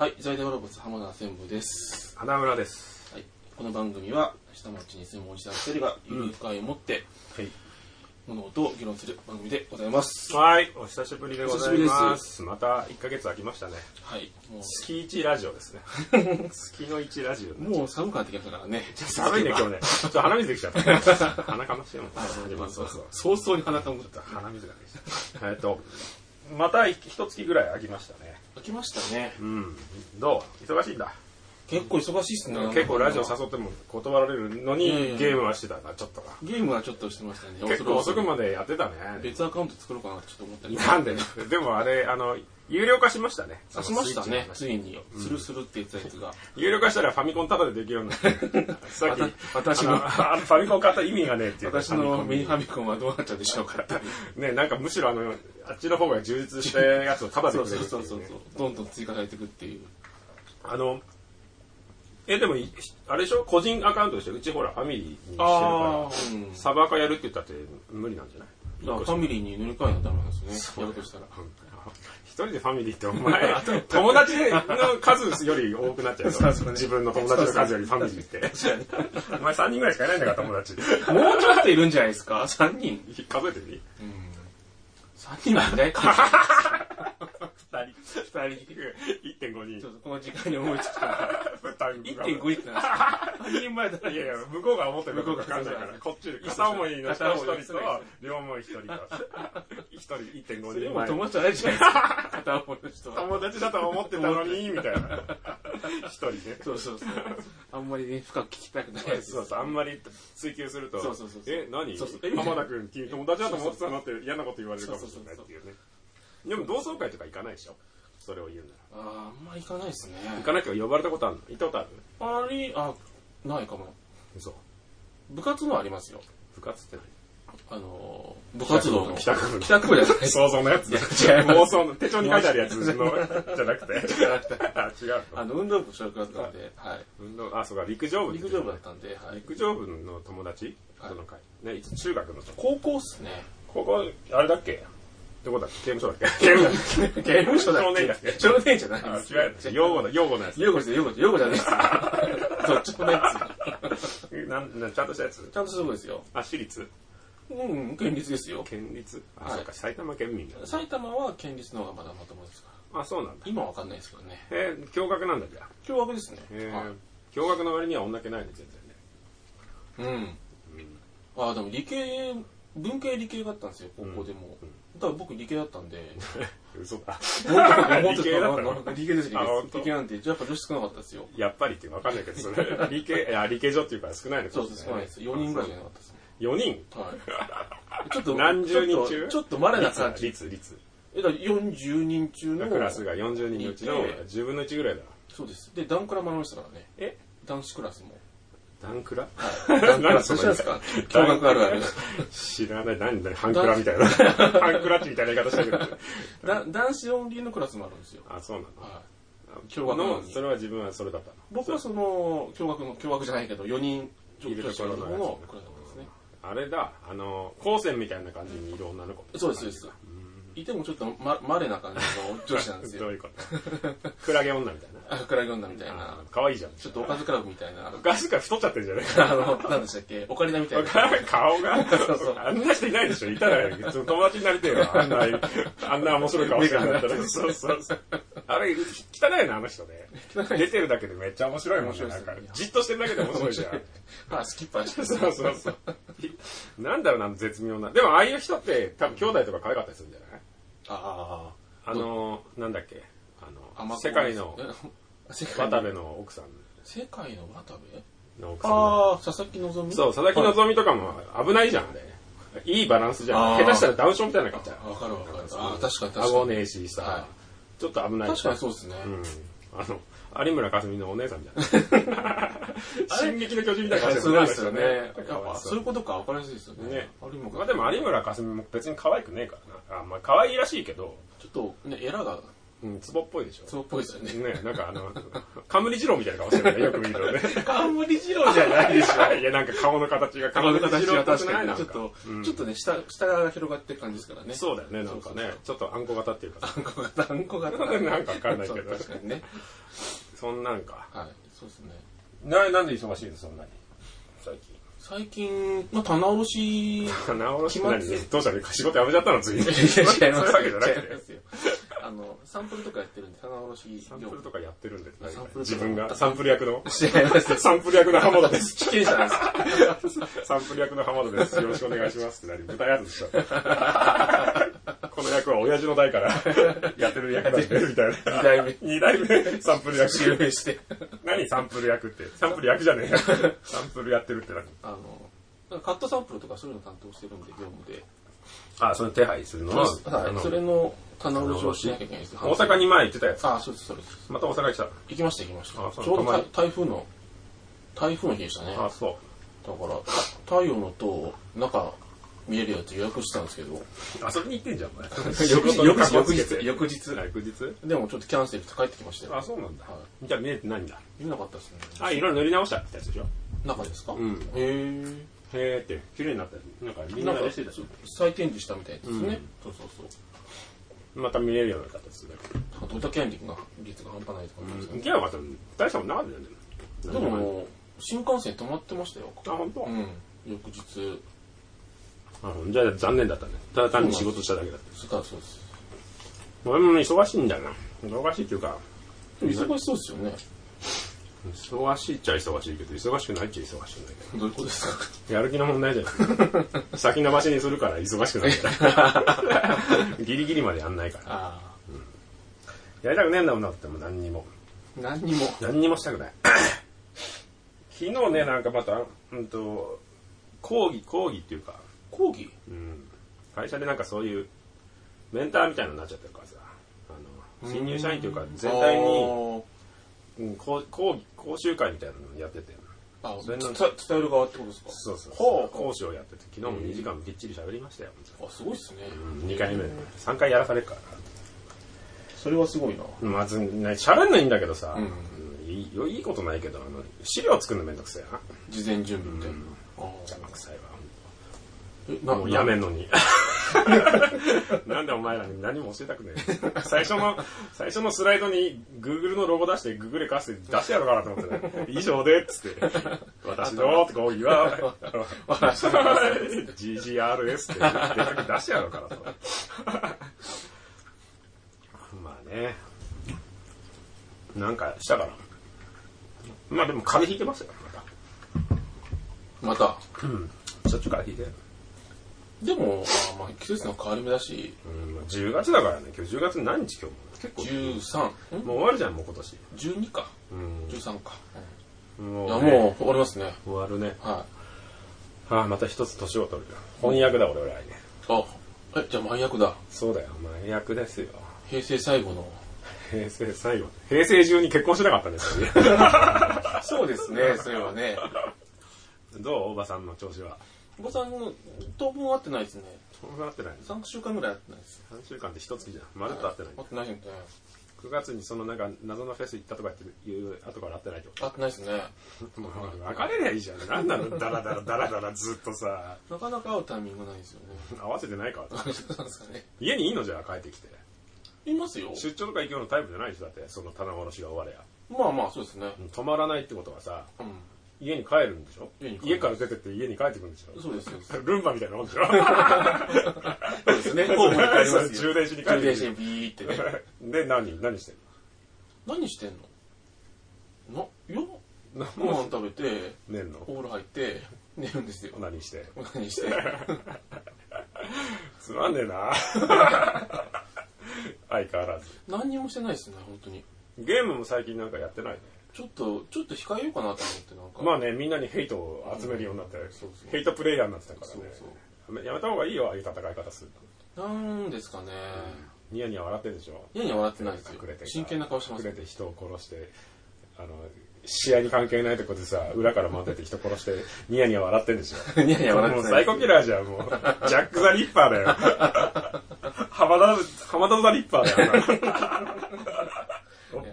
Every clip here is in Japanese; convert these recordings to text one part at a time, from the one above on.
はい、在宅ロボツ浜田専務です。 花村です。 はい、この番組は下町に住むおじさん2人がゆる会を持って、物事を議論する番組でございます。 はい、お久しぶりでございます。また1ヶ月空きましたね。 はい、 もう月1ラジオですね。月の1ラジオ。 もう寒くなってきましたからね。 寒いね今日ね。ちょっと鼻水できちゃった。鼻かましても。 そうそう。早々に鼻かむった。 鼻水ができた。また1月ぐらい空きましたね。 空きましたね。 うん。どう？忙しいんだ。 結構忙しいっすね。 結構ラジオ誘っても断られるのにゲームはしてたな、ちょっとか。 ゲームはちょっとしてましたね。 結構遅くまでやってたね。 別アカウント作ろうかなってちょっと思ったり。 なんでね。でもあれ、有料化しましたね。 しましたね。ついに。スルスルって言ったやつが。 有料化したらファミコンタダでできるようになって。さっき、 私の、 ファミコン買った意味がねえっていう。 私のミニファミコンはどうなっちゃうでしょうかって。 ね、なんかむしろあっちの方が充実したやつをタダでくれる。 そう。どんどん追加されていくっていう。 でも、あれでしょ個人アカウントでしょうちほら、ファミリーにしてるから、サバーカやるって言ったって無理なんじゃないファミリーに塗り替えなきゃダメなんですね。やるとしたら。 一人でファミリーってお前、友達の数より多くなっちゃうよ。自分の友達の数よりファミリーって。お前3人ぐらいしかいないんだから、友達。 もうちょっといるんじゃないですか ?3 人。 数えてみ 3人はいないかもしれない。2人。 1.5 人。 この時間に思いつくから。1.5 人ってなんですか？人前だら。 いやいや、向こうが思ってることが分かんないから。こっちで片思いの人1人と、両思い1人と。1人 1.5 人。 でも友達じゃないじゃないですか。片思いの人は。 友達だと思ってたのに、みたいな。1人ね。 そう。あんまりね、深く聞きたくないです。 そう、あんまり追求すると。 そう。 何浜田君、君友達だと思ってたのって嫌なこと言われるかもしれないっていうね。でも同窓会とか行かないでしょそれを言うなら。 あんま行かないですね。 行かなきゃ呼ばれたことあるの行ったことあるないかも。 嘘。 部活のありますよ。 部活って何部活動の。 帰宅部じゃない想像のやつ。妄想の手帳に書いてあるやつの、じゃなくて。違う。 運動部所属だったんで、はい。 そうか、陸上部だったんで、 はい。陸上部の友達その会。ね、いつ中学の高校っすね。 高校、あれだっけどこだっけ刑務所だっけ刑務所だっけ少年だっけ少年じゃないです。 違う。用語のやつ。 用語じゃないです。どっちもないやつ。ちゃんとしたやつちゃんとしたとこですよ。 私立県立ですよ。 県立そうか、埼玉県民だ。 埼玉は県立の方がまだまともですから。 そうなんだ。 今はわかんないですけどね。 共学なんだじゃあ。 共学ですね。 共学の割には女気ないね、全然ね。でも文系理系だったんですよ、高校でも。だから僕理系だったんで。 嘘だ。 理系だったの？理系です、理系なんて、やっぱ女子少なかったですよ。 やっぱりってわかんないけど、それ。理系女っていうから少ないのか。 そう、少ないです。4人ぐらいじゃなかったです。 4人はい。ちょっと、 何十人中ちょっと稀な感じ。 率。 だから40人中の。 クラスが40人のうちの10分の1ぐらいだ。 そうです。で、ダンクラもありましたからね。男子クラスも。 ダンクラダンクラ知らないですか共学あるある。 知らない。何ハンクラみたいな。ハンクラッチみたいな言い方してるけど。男子オンリーのクラスもあるんですよ。 そうなんだ。 共学の。 それは自分はそれだったの。 僕はその、共学じゃないけど、4人いるところのクラスだったんですね。 あれだ、高専みたいな感じにいる女の子。 そうです。いてもちょっと稀な感じの女子なんですよ。 どういうことクラゲ女みたいな。 クラゲ女みたいな。 可愛いじゃん。 ちょっとおかずクラブみたいな。 おかずクラブ太っちゃってるじゃないか。 何でしたっけオカリナみたいな。 顔があんな人いないでしょいたら友達になりてえわ。あんな面白い顔してるんだったら。そう。あれ、汚いな、あの人ね。出てるだけでめっちゃ面白いもんね。じっとしてるだけで面白いじゃん。 スキッパーしてる。 そう。なんだろうな、絶妙な。でもああいう人って多分兄弟とか可愛かったりするんじゃないなんだっけ世界の渡部の奥さん。 世界の渡部の奥さん。 佐々木希。 そう、佐々木希とかも危ないじゃん、あれ。いいバランスじゃん。下手したらダウン症みたいな感じじゃん。 わかる。確かに。 顎ねえしさ、ちょっと危ない。 確かにそうですね。 有村架純のお姉さんじゃん。進撃の巨人みたいな感じすごいですよね。そういうことか分かりやすいですよね。 でも有村架純も別に可愛くねえからな。可愛いらしいけど。 ちょっとね、エラがうん、壺っぽいでしょ。 壺っぽいですよね。 ね、なんか冠二郎みたいな顔してるね、よく見るとね。 冠二郎じゃないでしょ。 いや、なんか顔の形が顔の形が確かにちょっとね、下側が広がってる感じですからね。 そうだよね、なんかね。ちょっとあんこ型っていうか。 あんこ型。 なんかわかんないけど。 確かにね。 そんなんか。 はい、そうですね。 なんで忙しいのそんなに。 最近、棚卸し。 棚卸しって何？どうしたの？仕事辞めちゃったの次。違います。 そういうわけじゃないですよ。サンプルとかやってるんで、棚卸し。 サンプルとかやってるんで。 自分がサンプル役の。 違います。 サンプル役の浜田です。 危険じゃないですか。 サンプル役の浜田です。よろしくお願いしますって舞台挨拶した。この役は親父の代からやってる役なんで、みたいな。2代目サンプル役。 襲名して。 何サンプル役って。サンプル役じゃねえ。サンプルやってるって何？カットサンプルとかそういうの担当してるんで、業務で。 それ手配するのは、 それの棚卸しをしなきゃいけないです。 大阪に前行ってたやつ。 そうです、そうです。 また大阪に来た。 行きました。ちょうど台風の日でしたね。 そう。 だから、太陽の塔、中見えるやつ予約してたんですけど。 遊びに行ってんじゃん、お前。 翌日。でもちょっとキャンセルして帰ってきましたよ。 そうなんだ。じゃあ見えてないんだ。 見なかったですね。色塗り直したってやつでしょ？ 中ですか？ へーって、綺麗になったよ。なんかみんながしてたし。 再展示したみたいですね。そう。 また見れるようになったですね。 ドタキャン率が半端ないとか思うんですけど。 いや、また、大したもんなかったよね。 でも、新幹線止まってましたよ。 本当？ 翌日。 じゃあ残念だったね。ただ単に仕事しただけだった。 そうです。 俺も忙しいんだよな。忙しいっていうか。 忙しそうですよね。 忙しいっちゃ忙しいけど、忙しくないっちゃ忙しくないけど。 どういうことですか？ やる気の問題じゃない。先延ばしにするから忙しくないから。ギリギリまでやんないから。やりたくねえんだもんなっても何にもしたくない。昨日ね、なんかまた、講義っていうか。 講義？ 会社でなんかそういうメンターみたいなのになっちゃってるからさ。新入社員というか全体に、講習会みたいなのやってて。 伝える側ってことですか？ そう。講師をやってて、昨日も2時間きっちり喋りましたよ。 すごいっすね。 2回目。3回やらされるから。 それはすごいな。 まずね、喋んないんだけどさ、いいことないけど、資料作るのめんどくせえな。 事前準備みたいな。 邪魔くさいわ。もうやめんのに。なんでお前らに何も教えたくねえ。最初のスライドに Google のロゴ出して Google 貸して出してやろうかなと思ってね。以上でっつって。私のってこう言わ。GGRS って出してやろうかなと。まあね。なんかしたから。まあでも風邪ひいてますよ、 また。 しょっちゅう風邪ひいてる。 でも、季節の変わり目だし。 10月だからね。今日10月何日今日結構。13。 もう終わるじゃん、もう今年。 12か。13か。 もう終わりますね。 終わるね。 はい。 また一つ年を取るよ。翻訳だ、俺来年。 じゃあ満役だ。 そうだよ、満役ですよ。 平成最後の。 平成中に結婚しなかったんですよね。 そうですね、それはね。 どうおばさんの調子は。 おばさんの当分会ってないですね。 当分会ってない。 3週間ぐらい会ってないです。 3週間って1月じゃん。まるっと会ってない。 会ってないですね。 9月にそのなんか謎のフェス行ったとかっていう後から会ってないってこと？ 会ってないですね。 別れりゃいいじゃん。なんなのダラダラずっとさ。 なかなか会うタイミングないですよね。 合わせてないから。 そうですかね。 家にいいのじゃあ帰ってきて。 いますよ。 出張とか行くようなタイプじゃないでしょだってその棚卸しが終われや。 まあそうですね。 泊まらないってことはさ。家に帰るんでしょ？家から出てって家に帰ってくるんでしょ？ そうです。 ルンバみたいなもんでしょ？ そうですね。ホームに帰りますよ。 充電しに帰ってくる。 充電しにビーってね。 で、何してんの？ 何してんの？ご飯食べて、 寝んの？ お風呂入って、寝るんですよ。 何して？つまんねえな。相変わらず。 何にもしてないですね、本当に。 ゲームも最近なんかやってないね。 ちょっと控えようかなと思ってなんか。 まあね、みんなにヘイトを集めるようになって、ヘイトプレイヤーになってたからね。やめた方がいいよ、ああいう戦い方すると。なんですかね。 ニヤニヤ笑ってるでしょ？ ニヤニヤ笑ってないですよ。真剣な顔してます。 隠れて人を殺して、試合に関係ないとこでさ、裏から回ってて人殺して、ニヤニヤ笑ってんでしょ？ ニヤニヤ笑ってもうサイコキラーじゃん、もう。ジャック・ザ・リッパーだよ。浜田ザ・リッパーだよ。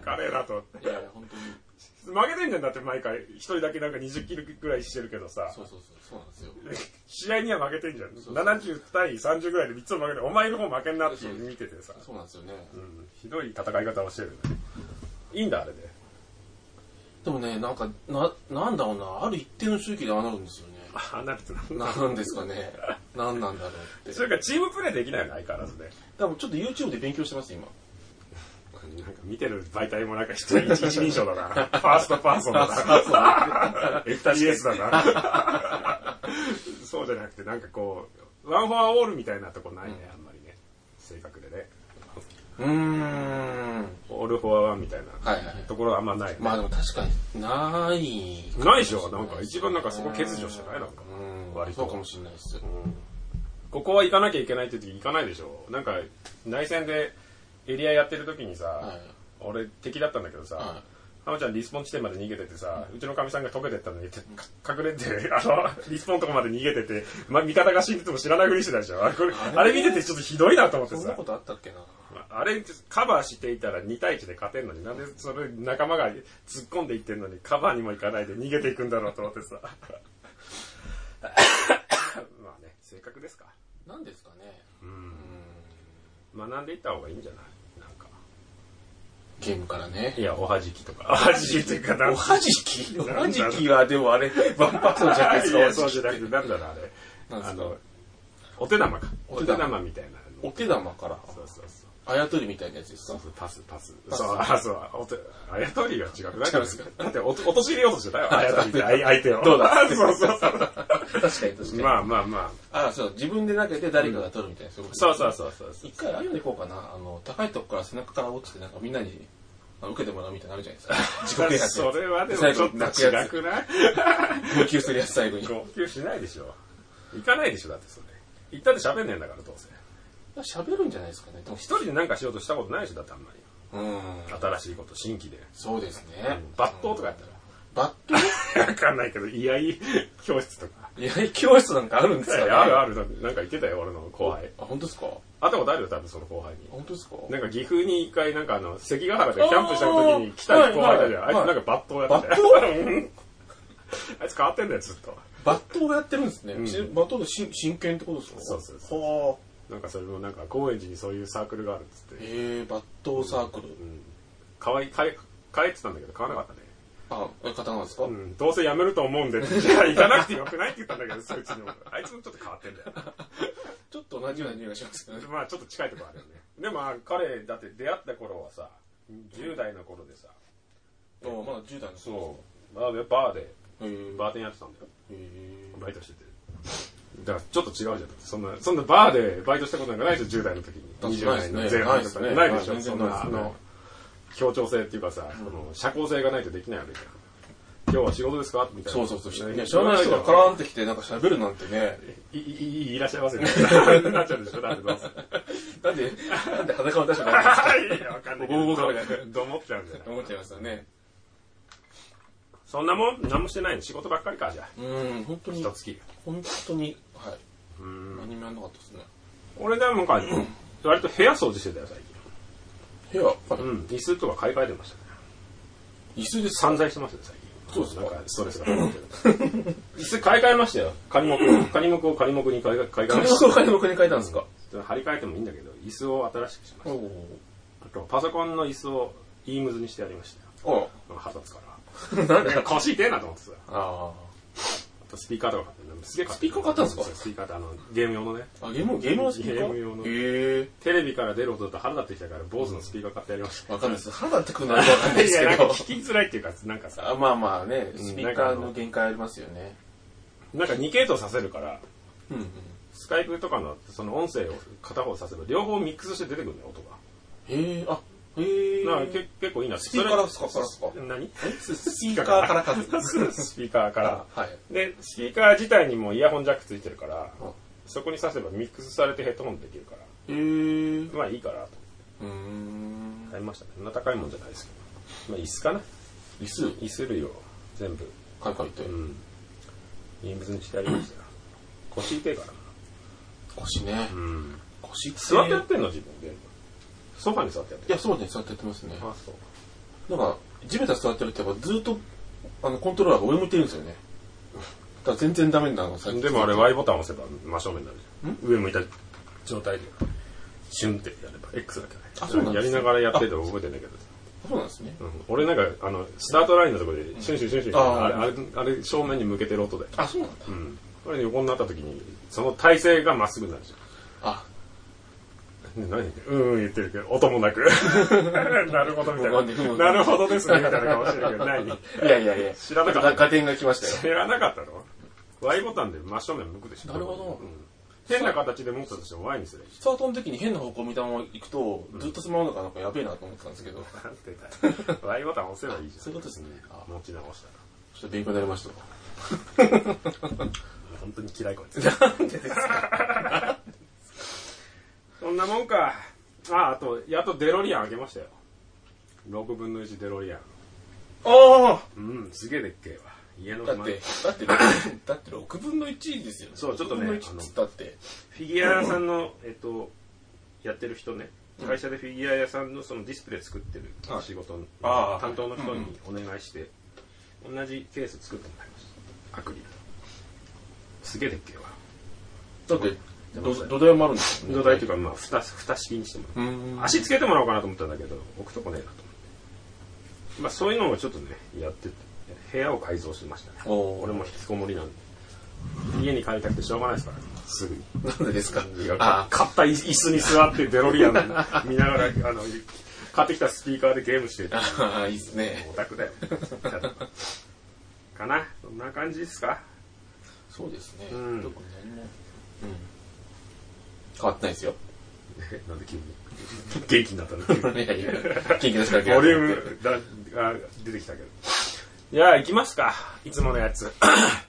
かねえなと思って。 いや、本当に。 負けてんじゃんだって毎回。一人だけなんか20キロくらいしてるけどさ。 そうなんですよ。 試合には負けてんじゃん。70対30ぐらいで3つも負けて、お前の方負けんなって見ててさ。 そうなんですよね。 ひどい戦い方をしてるよね。いいんだ、あれで。 でもね、なんか、なんだろうな、ある一定の周期でああなるんですよね。 ああなるってなんですかね。なんなんだろうって。 それからチームプレーできないの相変わらずね。 多分ちょっと YouTube で勉強してます、今。 なんか見てる媒体もなんか一人称だな。ファーストパーソンだな。FPS だな。そうじゃなくて、なんかこう、ワンフォアオールみたいなとこないね、あんまりね。正確でね。オールフォアワンみたいなところはあんまない、ね。 まあでも確かにない。 ないでしょ。なんか一番なんかそこ欠如してないなんか。 割とそうかもしれないですよ。 ここは行かなきゃいけないって時行かないでしょ。なんか内戦でエリアやってる時にさ、俺敵だったんだけどさ、浜ちゃんリスポン地点まで逃げててさ、うちのかみさんが溶けてったのに隠れて、リスポンとこまで逃げてて、味方が死んでても知らないふりしてたでしょ。あれ見ててちょっとひどいなと思ってさ。 そんなことあったっけな。 あれカバーしていたら2対1で勝てんのになんでそれ仲間が突っ込んでいってんのにカバーにも行かないで逃げていくんだろうと思ってさ。まあね、性格ですか。 なんですかね。 学んでいった方がいいんじゃない？なんかゲームからね。 いや、おはじきとか。おはじきっていうかおはじきはでもあれ、ワンパーソンじゃないですか。 いや、そうじゃなくて、なんだろう、あれ。お手玉か。お手玉みたいな。 お手玉から。 そう。 あやとりみたいなやつですか？ パス。そう、あやとりが違くない？だって、落とし入れようとしてたよ。あやとりって相手を。 どうだ？ そう。 確かに。 まあ。 あ、そう、自分で投げて誰かが取るみたいな。 そう。 一回ああいうの行こうかな。高いとこから背中から落ちて、なんかみんなに受けてもらうみたいなのあるじゃないですか。自己啓発。 それはでもちょっと違くない？ 号泣するやつ最後に。 号泣しないでしょ。行かないでしょ、だってそれ。行ったって喋んねえんだから、どうせ。 喋るんじゃないですかね。 でも一人で何かしようとしたことないでしょ、だってあんまり。新しいこと、新規で。 そうですね。 抜刀とかやったら。 抜刀？ わかんないけど、居合教室とか。 居合教室なんかあるんですかね？ ある。なんか言ってたよ、俺の後輩。 あ、本当ですか？ 会ったことあるよ、多分その後輩に。 本当ですか？ なんか岐阜に一回、なんか関ヶ原でキャンプした時に来た後輩だじゃん。あいつなんか抜刀やってたよ。あいつ変わってんだよ、ずっと。 抜刀やってるんですね。抜刀で真剣ってことですか？ そう。なんかそれもなんか高円寺にそういうサークルがあるっつって。 抜刀サークル。 買えってたんだけど買わなかったね。 あ、買ったんですか？ どうせやめると思うんで、じゃあ行かなくてよくないって言ったんだけど、そいつにも。あいつもちょっと変わってんだよ。 ちょっと同じような匂いがしますけどね。 まあちょっと近いところあるよね。でも彼、だって出会った頃はさ、10代の頃でさ。 まだ10代の頃。 そう。バーで、バーテンやってたんだよ。バイトしてて。だからちょっと違うじゃん。そんなバーでバイトしたことなんかないでしょ、10代の時に。20代の前半とかね。ないでしょ、そんな、協調性っていうかさ、社交性がないとできないわけじゃん。今日は仕事ですかみたいな。 そう。知らない人がカラーンって来てなんか喋るなんてね。 いらっしゃいませね。なっちゃうでしょ、だってどうせ。 なんで裸を出しちゃダメですか？ いや、わかんないけど。どう思っちゃうんじゃない？ 思っちゃいますよね。 そんなもん何もしてないの？仕事ばっかりか、じゃあ。 本当に。 一月。 本当に、はい。何もやんなかったですね。 俺でもなんか、割と部屋掃除してたよ、最近。 部屋？ 椅子とか買い替えてましたね。 椅子で散財してますよ、最近。 そうですか。 なんかストレスが溜まってる。椅子買い替えましたよ。仮木を仮木に買い替えました。 仮木を仮木に変えたんですか？ 張り替えてもいいんだけど、椅子を新しくしました。あと、パソコンの椅子をイームズにしてやりましたよ。腹立つから。なんで腰痛えなと思ってさ。あとスピーカーとか買って、 スピーカー買ったんですか？ スピーカーってゲーム用のね。 ゲームのスピーカー？ ゲーム用の。テレビから出る音だと腹立ってきたから、坊主のスピーカー買ってやりました。 わかんないです。腹立ってくるのはわかんないですけど。 聞きづらいっていうか、なんかさ。 まあね、スピーカーの限界ありますよね。 なんか2系統させるから、スカイプとかのその音声を片方させる両方ミックスして出てくるんだよ、音が。結構いいな。 スピーカーからですか？ 何？ スピーカーからか。 スピーカーから。で、スピーカー自体にもイヤホンジャックついてるから、そこに挿せばミックスされてヘッドホンできるから。まあいいかなと。買いましたね。そんな高いもんじゃないですけど。まあ椅子かな。椅子類を全部。 買い替えて。 イームズにしてやりましたよ。腰痛いからな。 腰ね。 座ってやってんの自分で。ソファに座ってやってる。 いや、そうね、座ってやってますね。 あ、そう。 なんか地べた座ってるってやっぱずっとコントローラーが上向いてるんですよね。だから全然ダメなの。 でもあれ Y ボタン押せば真正面になるじゃん。上向いた状態でシュンってやれば X だけない。 あ、そうなんですね。 やりながらやってて覚えてないけど。 そうなんですね。 俺なんかスタートラインのところでシュンシュンシュンシュンあれ正面に向けてる音で。 あ、そうなんだ。 これ横になった時にその体勢がまっすぐになるじゃん。 あ、 何言ってるけど音もなくなるほどみたいな。なるほどですねみたいな顔してるけど何？いや知らなかった。 合点が来ましたよ。 知らなかったの？Y ボタンで真正面向くでしょ。 なるほど。 変な形で持ったとしても Y にする。 スタートの時に変な方向見たまま行くと、ずっとそのままなんかやべえなと思ってたんですけど。 なんてだよ。Y ボタン押せばいいじゃん。 そういうことですね。 持ち直したら。 ちょっと勉強になりました。 本当に嫌いこいつ。 なんでですか？ そんなもんか。あと、やっとデロリアンあげましたよ。6分の1デロリアン。 ああ！ すげえでっけえわ。家のだって6分の1ですよね。 そう、ちょっとね、 だってフィギュア屋さんの、やってる人ね、会社でフィギュア屋さんのそのディスプレイ作ってる仕事の担当の人にお願いして、同じケース作ってもらいました。アクリル。すげえでっけえわ。 だって土台もあるんですよね。 土台っていうか、まあ、蓋式にしてもらう。足つけてもらおうかなと思ったんだけど、置くとこねえなと思って。まあ、そういうのをちょっとね、やってて、部屋を改造しましたね。俺も引きこもりなんで。家に帰りたくてしょうがないですから、ね、すぐに。 なんでですか？ 買った椅子に座ってデロリアン見ながら、買ってきたスピーカーでゲームしてる。 ああ、いいですね。 オタクだよ。かな？そんな感じですか？ そうですね。特に何も。変わってないですよ。 なんで急に元気になったの？ いやいや、元気ですから。 ボリュームが出てきたけど。じゃあ行きますか。いつものやつ。 はい。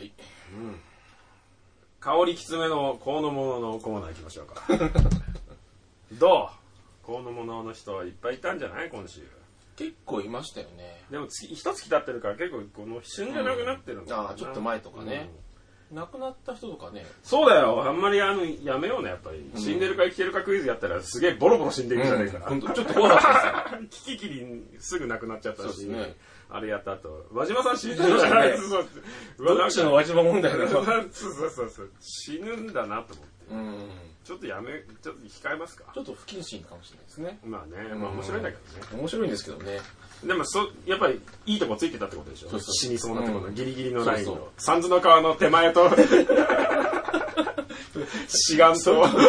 香りきつめの香の物のコーナー行きましょうか。どう？香の物の人いっぱいいたんじゃない？今週。 結構いましたよね。 でも一月経ってるから結構この旬じゃなくなってるんだな。 ちょっと前とかね。亡くなった人とかね。 そうだよ。あんまりやめようね、やっぱり。死んでるか生きてるかクイズやったらすげえボロボロ死んでいくじゃねえか。 ちょっと怖かったですよ。キキキリンすぐ亡くなっちゃったし、 ね、 あれやった後、輪島さん死んでるじゃないですか。 どっちの輪島問題だろう。 そう死ぬんだなと思って。ちょっと控えますか。 ちょっと不謹慎かもしれないですね。 まあね、まあ面白いんだけどね。 面白いんですけどね。 でもやっぱりいいとこついてたってことでしょ。死にそうなところのギリギリのラインを。三途の川の手前と志願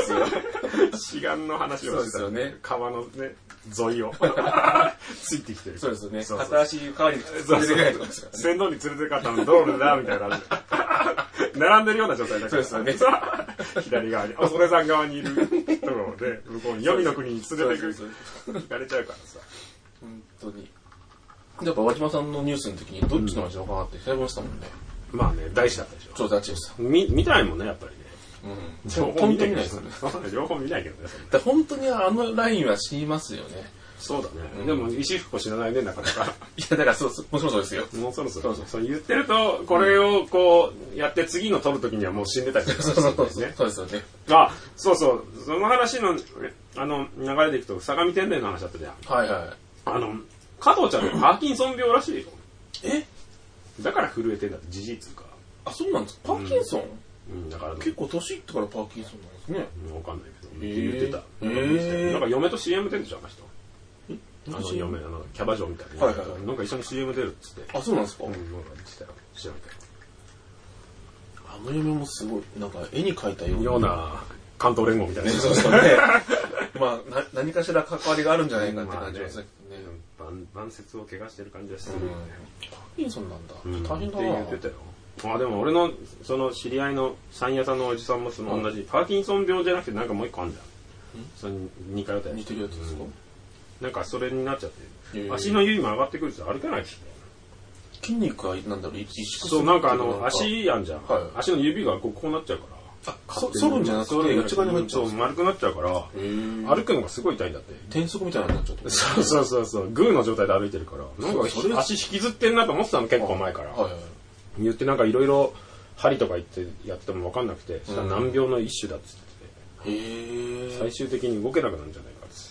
の話をしてたね。川のね沿いをついてきてる。 そうですよね。片足川に連れてかないとかですよね。 船頭に連れてかったの道路だみたいな感じ。並んでるような状態だから。 そうですよね。 左側に恐れ山側にいるところで向こうに黄泉の国に連れて行かれちゃうからさ。 本当に。やっぱ輪島さんのニュースの時にどっちの輪島かなって調べましたもんね。 まあね、大事だったでしょ。 そう、大事でした。 見たいもんね、やっぱりね。 両方見ないですよね。 両方見ないけどね。 本当にあのラインは死にますよね。 そうだね。でも、石福子知らないね、なかなか。 いや、だからもうそろそろですよ。 もうそろそろ。そう言ってると、これをこう、やって次の撮るときにはもう死んでたりする。 そうですよね。 そう。その話の、流れでいくと、相模天然の話だったじゃん。 はいはい。 加藤ちゃんってパーキンソン病らしいよ。 え？ だから震えてんだって、事実か。 あ、そうなんですか？パーキンソン？ だから結構年いってからパーキンソンなんですね。 わかんないけど。言ってた。なんか嫁と CM 出るでしょ、あの人。嫁、キャバ嬢みたいな。なんか一緒に CM 出るっつって。 あ、そうなんですか？ なんか言ってたよ。調べて。 あの嫁もすごい、なんか絵に描いたような関東連合みたいな。 そうですね。まあ、何かしら関わりがあるんじゃないかって感じですね。 晩節を怪我してる感じがする。 パーキンソンなんだ。大変だな。 って言ってたよ。でも俺のその知り合いの山屋さんのおじさんもその同じパーキンソン病じゃなくてなんかもう一個あるんじゃん。その似通ったやつ。 似てるやつですか？ なんかそれになっちゃって足の指も上がってくると歩けないし。 筋肉はなんだろう、萎縮する。 そう、なんか足やんじゃん。足の指がこうなっちゃうから。 反るんじゃなくて内側に入っちゃう。 そう、丸くなっちゃうから歩くのがすごい痛いんだって。 転足みたいになっちゃって。 そうグーの状態で歩いてるからなんか足引きずってんなと思ってたの結構前から言ってなんかいろいろ針とか言ってやっても分かんなくてそしたら難病の一種だっつって最終的に動けなくなるんじゃないかっつって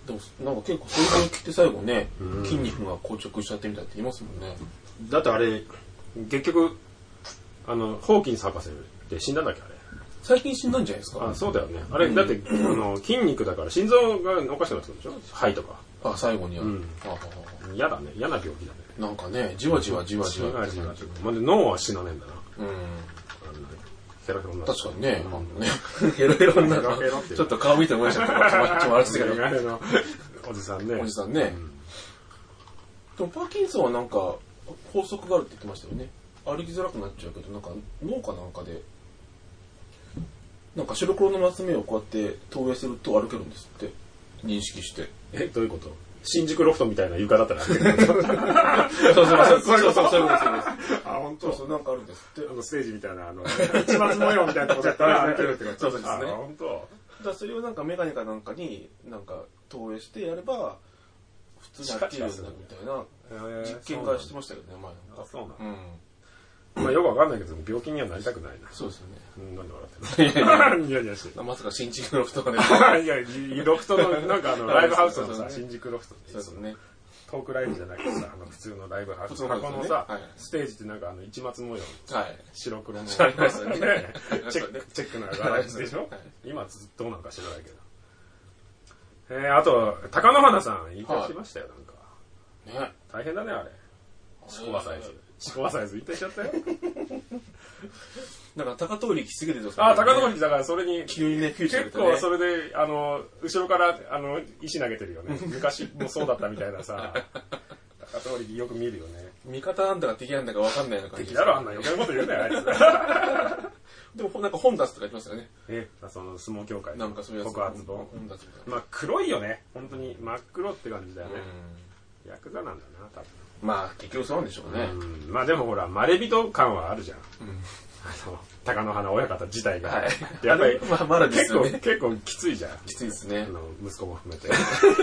でもなんか結構そういう病気って最後ね、筋肉が硬直しちゃってみたいって言いますもんね。 だってあれ結局ホーキンス博士って死んだんだっけあれ。 最近死んだんじゃないですか。 あ、そうだよね。あれだって筋肉だから心臓がおかしくなってくるでしょ。肺とか。 あ、最後には。 嫌だね。嫌な病気だね。 なんかね、じわじわじわじわ。 まで脳は死なねえんだな。ヘロヘロになる。 確かにね。ヘロヘロになる。ちょっと顔見て思いましたけど、ちょっと笑ってたけど。 おじさんね。 おじさんね。でもパーキンソンはなんか法則があるって言ってましたよね。歩きづらくなっちゃうけど、なんか脳かなんかで、なんか白黒のマス目をこうやって投影すると歩けるんですって。認識して。 どういうこと？新宿ロフトみたいな床だったら歩ける。 そういうこと。 あ、本当。 そう、なんかあるんですって。 ステージみたいな、市松模様みたいなとこだったら歩けるってこと。 そうですね。 本当。 だからそれをなんかメガネかなんかになんか投影してやれば、普通に歩けるようになるみたいな実験がしてましたけどね、前なんか。 あ、そうなの。まあよくわかんないけど、病気にはなりたくないな。 そうですよね。 なんで笑ってるの？いやして。 まさか新宿ロフトがね。 いや、ロフトの、なんかライブハウスのさ、新宿ロフトそうですね。 トークライブじゃなくてさ、普通のライブハウス。箱のさ、ステージってなんか市松模様。白黒の。チェックの柄でしょ？今どうなのか知らないけど。あと、貴乃花さん、引退しましたよ、なんか。ね。大変だね、あれ。シコアサイズ。シコアサイズ引退しちゃったよ。 なんか高通り来すぎてるんですか？あ、高通りだからそれに、 急にね、 結構それで、後ろから、石投げてるよね。昔もそうだったみたいなさ、高通りよく見るよね。 味方なんだか敵なんだか分かんないような感じ。 敵だろ、あんな余計なこと言うね、あいつ。でもなんか本出すとか言ってましたよね。 その相撲協会なんかそういうやつ。 告発本。まあ黒いよね。本当に真っ黒って感じだよね。ヤクザなんだな、多分。 まあ結局そうなんでしょうね。 まあでもほら、まれびと感はあるじゃん。貴乃花親方自体が。やっぱり、 まだですよね。 結構きついじゃん。 きついですね。 息子も含めて。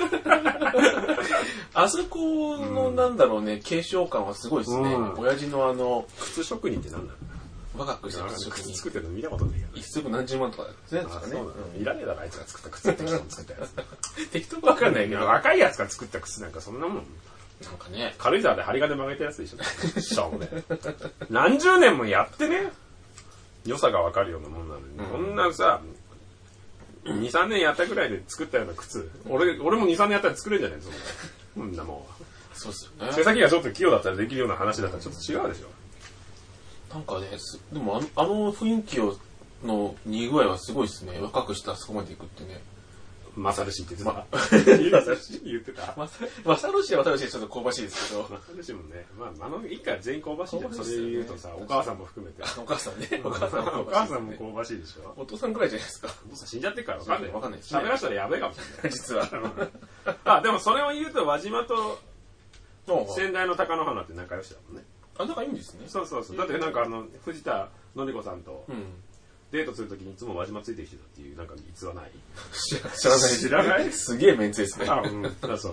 あそこのなんだろうね、継承感はすごいですね。親父の靴職人って何なの？ 若くした靴職人。 靴作ってるの見たことないけど。 一足何十万とかですかね。 いらねえだろ、あいつが作った靴って人も作ったやつ。 適当わかんないけど。 若いやつが作った靴なんかそんなもん。 なんかね。 軽井沢で針金曲げたやつでしょ。しょうもね。何十年もやってね。良さがわかるようなもんなのに。こんなさ、2、3年やったぐらいで作ったような靴。俺も2、3年やったら作れるんじゃないですか。こんなもんは。 そうっすよね。 手先がちょっと器用だったらできるような話だったらちょっと違うでしょ。 なんかね、でも雰囲気の似具合はすごいですね。若くしたらそこまでいくってね。 マサルシって言ってた。マサルシ言ってた。 マサルシはちょっと香ばしいですけど。 マサルシもね、まあ一家全員香ばしいじゃん。それ言うとさ、お母さんも含めて。 お母さんね。 お母さんも香ばしいでしょ。 お父さんくらいじゃないですか。 お父さん死んじゃってっからわかんない。 喋らしたらやべえかもしれない。 実は。 あ、でもそれを言うと輪島と先代の貴乃花って仲良しだもんね。 あ、仲いいんですね。 そう。だってなんか藤田紀子さんとデートするときにいつも輪島ついてきてたっていうなんか逸話ない？ 知らないすげえメンツですね。 あ、そう。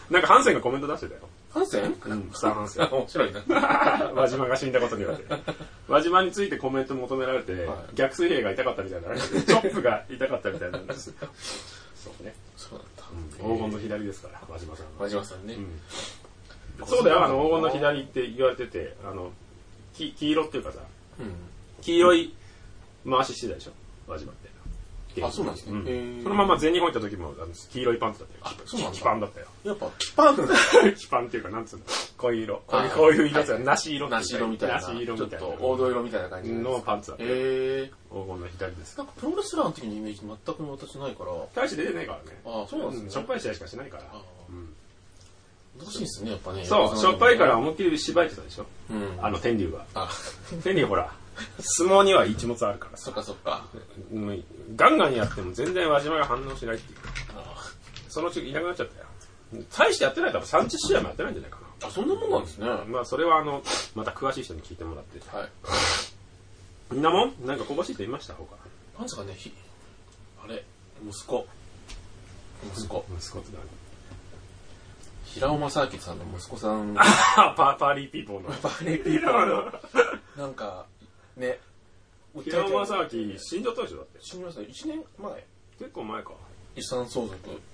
なんかハンセンがコメント出してたよ。 ハンセン？ スターハンセン。 面白いな。 輪島が死んだことによって。輪島についてコメント求められて、逆水平が痛かったみたいな。チョップが痛かったみたいなんです。そうね。 そうだった。 黄金の左ですから、輪島さん。 輪島さんね。 そうだよ、黄金の左って言われてて、黄色っていうかさ、黄色い回ししてたでしょ、輪島って。 あ、そうなんですね。 そのまま全日本行った時も黄色いパンツだったよ。 そうなんだ。 黄パンだったよ。 やっぱ黄パン黄パンっていうか、なんつうの、こういう色。こういう色って梨色みたいな。ちょっと黄土色みたいな感じのパンツだったよ。黄金の左です。 なんかプロレスラーの時のイメージ全く私ないから。 大して出てないからね。 あ、そうなんですね。 しょっぱい試合しかしないから。 難しいですね、やっぱね。 そう、しょっぱいから思いっきり芝居ってたでしょ。天竜が。天竜ほら、相撲には一物あるから。 そっか。 ガンガンやっても全然輪島が反応しないっていう。そのうちいなくなっちゃったよ。大してやってないから30試合もやってないんじゃないかな。 あ、そんなもんなんですね。 まあそれはまた詳しい人に聞いてもらって。はい。みんなもなんか香ばしい人いました他。 なんですかね、あれ、息子って何？平尾正明さんの息子さん。 パーリーピーポーの。 パーリーピーポーの。なんか、ね。 平尾正明死んじゃったでしょだって。 死にました。1年前。 結構前か。 遺産相続。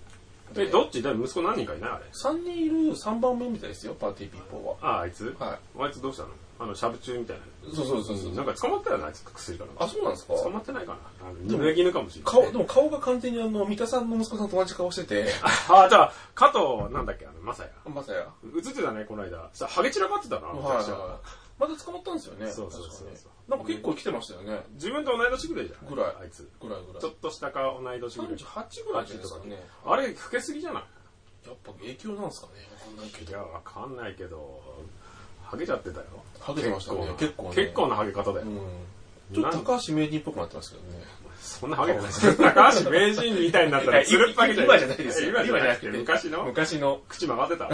どっちだ息子何人かいないあれ。 3人いる3番目みたいですよ、パーティーピーポーは。 あいつ？ はい。 あいつどうしたの？シャブ中みたいな。 そう。 なんか捕まったよな、あいつ薬かな。 あ、そうなんですか？ 捕まってないかな。濡れ衣かもしれない。 でも顔が完全に三田さんの息子さんと同じ顔してて。 あ、じゃあ、加藤、なんだっけ、まさや。映ってたね、この間。さ、ハゲ散らかってたな、 また捕まったんですよね。 そう。 なんか結構来てましたよね。 自分と同い年ぐらいじゃん。 ぐらい。 あいつ。 ぐらい。 ちょっと下か同い年ぐらい。 38ぐらいじゃないですかね。 あれ、老けすぎじゃない？ やっぱ影響なんですかね。 わかんないけど、ハゲちゃってたよ。 ハゲてましたね。結構なハゲ方だよ。 ちょっと高橋名人っぽくなってますけどね。 そんなハゲてないですよ。高橋名人みたいになったらつるっぱげ今じゃないですよ。 今じゃなくて昔の口曲がってた。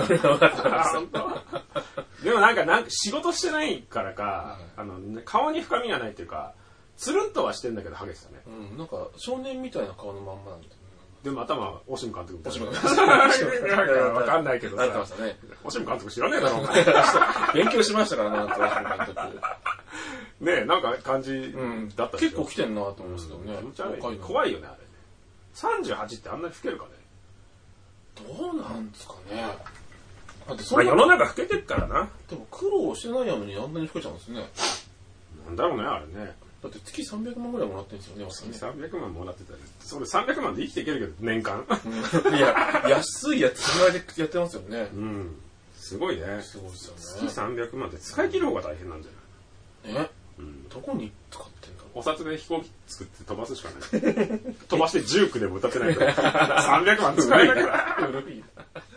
でもなんか仕事してないからか、顔に深みがないっていうか、つるんとはしてんだけどハゲてたね。 なんか少年みたいな顔のまんまなんで。 でも頭、オシム監督みたいな。 わかんないけどさ。 なってましたね。 オシム監督知らねえだろ、お前。 勉強しましたからな、オシム監督。 ねえ、なんか感じだった。 結構来てんなと思うんですけどね。 気持ち悪い。怖いよね、あれ。38ってあんなに老けるかね。 どうなんですかね。 世の中老けてるからな。 でも苦労してないのにあんなに老けちゃうんですね。 なんだろうね、あれね。 だって月300万ぐらいもらってるんですよね、 月300万もらってたり。それ300万で生きていけるけど、年間。 いや、安いやつぐらいでやってますよね。 すごいね。 すごいですよね。 月300万って使い切る方が大変なんじゃない？ どこに使ってんだろう。 お札で飛行機作って飛ばすしかない。飛ばしてジュークでも歌ってないから。300万使えなきゃ。 古いな。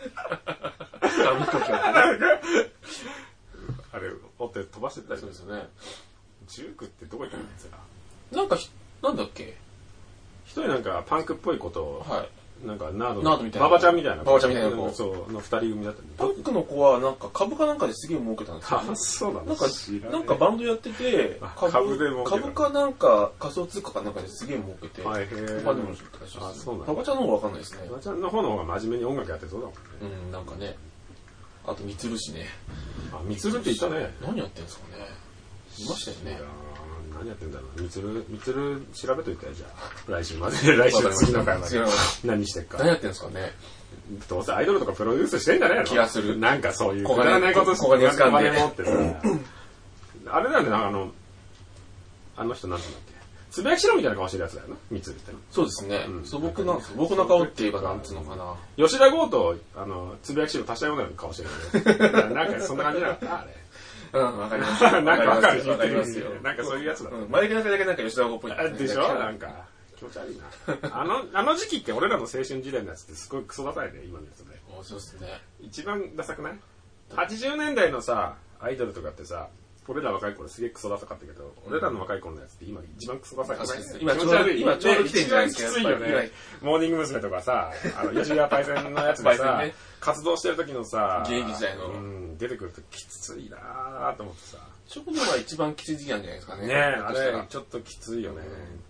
あれ、折って飛ばしてたり。 そうですよね。 ジュークってどこ行ったんですか？ なんだっけ？ 一人なんかパンクっぽいことを、なんかナードみたいな。 ババちゃんみたいな。 ババちゃんみたいな子。 そう、の二人組だった。 パンクの子はなんか株かなんかですげえ儲けたんですよ。 あ、そうなんだ。 なんかバンドやってて、 株で儲けた。 株かなんか仮想通貨かなんかですげえ儲けて。 はい、へぇ。他でも知ったらしいです。 あ、そうなんだ。 ババちゃんの方がわかんないですね。 ババちゃんの方の方が真面目に音楽やってそうだもんね。 なんかね。あと、ミツル氏ね。 あ、ミツルって言ったね。 何やってんですかね。いましたよね。 何やってんだろう。ミツル調べといて、じゃあ。来週まで。来週次の回まで。何してっか。 何やってんですかね。 どうせアイドルとかプロデュースしてんじゃねえの？ 気がする。 なんかそういう。 小金こと小金掴んで。 持ってさ。あれなんだよ、あの人なんて言うんだっけ。つぶやきしろみたいな顔してるやつだよな、ミツルって。 そうですね。素朴なんです。僕の顔って言えばなんつうのかな。 吉田剛と、つぶやきしろ足したような顔してるよね。なんかそんな感じじゃなかったあれ。 わかります。 なんかわかる。 わかりますよ。 なんかそういうやつだ。 前だけなんか吉田剛っぽい。 でしょなんか、気持ち悪いな。あの時期って俺らの青春時代のやつってすごいクソダサいね、今のやつで。 そうですね。 一番ダサくない？ 80 年代のさ、アイドルとかってさ、俺ら若い頃すげえクソダサかったけど、俺らの若い頃のやつって今一番クソダサくない？ 今ちょうど来てるんじゃないですか。 一番きついよね。モーニング娘。とかさ、吉田パイセンのやつでさ、活動してる時のさ、 現役時代の。 出てくるときついなぁと思ってさ。 ちょうどが一番きつい時期なんじゃないですかね。 ねえ、あれ、ちょっときついよね。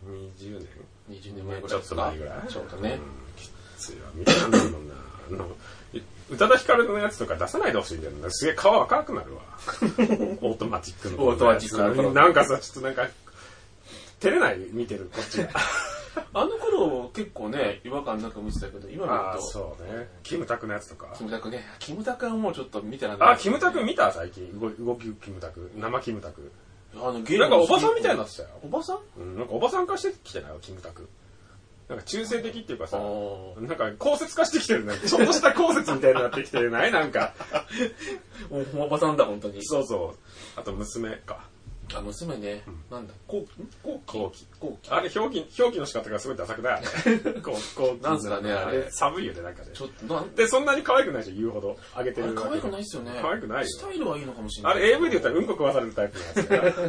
20年前ぐらい。 ちょっと前ぐらい。 ちょうどね。 きついわ。見てらんないもんな。宇多田ヒカルのやつとか出さないでほしいんだよな。すげえ顔赤くなるわ。オートマチックの。 オートマチックの。 なんかさ、ちょっとなんか、照れない見てる、こっちが。 あの頃結構ね、違和感なく見てたけど、今見ると。 そうね。キムタクのやつとか。 キムタクね。キムタクはもうちょっと見てらんない。 あ、キムタク見た最近。動きキムタク。生キムタク。 ゲームなんかおばさんみたいになってたよ。 おばさん？なんかおばさん化してきてないよ、キムタク。なんか中性的っていうかさ、なんか鋼鉄化してきてるね。ちょっとした鋼鉄みたいになってきてないなんか。 おばさんだ、本当に。 そうそう。あと娘か。 あ、娘ね。なんだ、後期。 あれ表記の仕方がすごいダサくない？ なんすかね、あれ。 寒いよね、なんかね。 ちょっとで、そんなに可愛くないでしょ、言うほど。あげてる。 可愛くないっすよね。 可愛くないよ。 スタイルはいいのかもしれない。 あれ AV で言ったらうんこ食わされるタイプのやつ。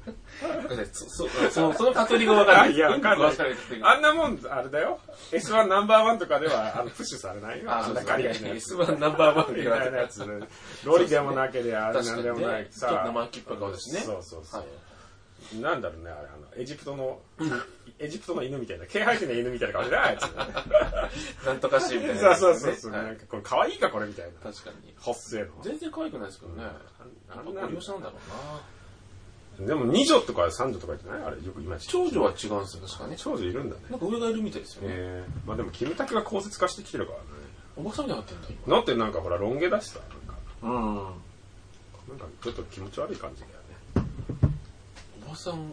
そのカトリがわかんない。 いや、わかんない。あんなもん、あれだよ。S1 ナンバーワンとかではプッシュされないよ。 あんなガリガリのやつ。S1 ナンバーワンみたいなやつ。ロリでもなければ、なんでもないさ。ちょっと生きっぱ顔ですね。 そうそうそう。なんだろうね、あれ、エジプトの犬みたいな、毛生えてない犬みたいな顔してないあいつ。 なんとかしみたいな。 そう。なんか、これ可愛いかこれみたいな。 確かに。 ほっせーの。 全然可愛くないですけどね。あんなご利用者なんだろうな。でも、二女とか三女とか言ってないあれ、よくいまいち。 長女は違うんですよ、確かね。 長女いるんだね。 なんか上がいるみたいですよね。 まあでも、キムタクが鋼鉄化してきてるからね。 おばさんになってんだ今。なってなんかほらロン毛だしさ、 なんかちょっと気持ち悪い感じだよね。 おばさん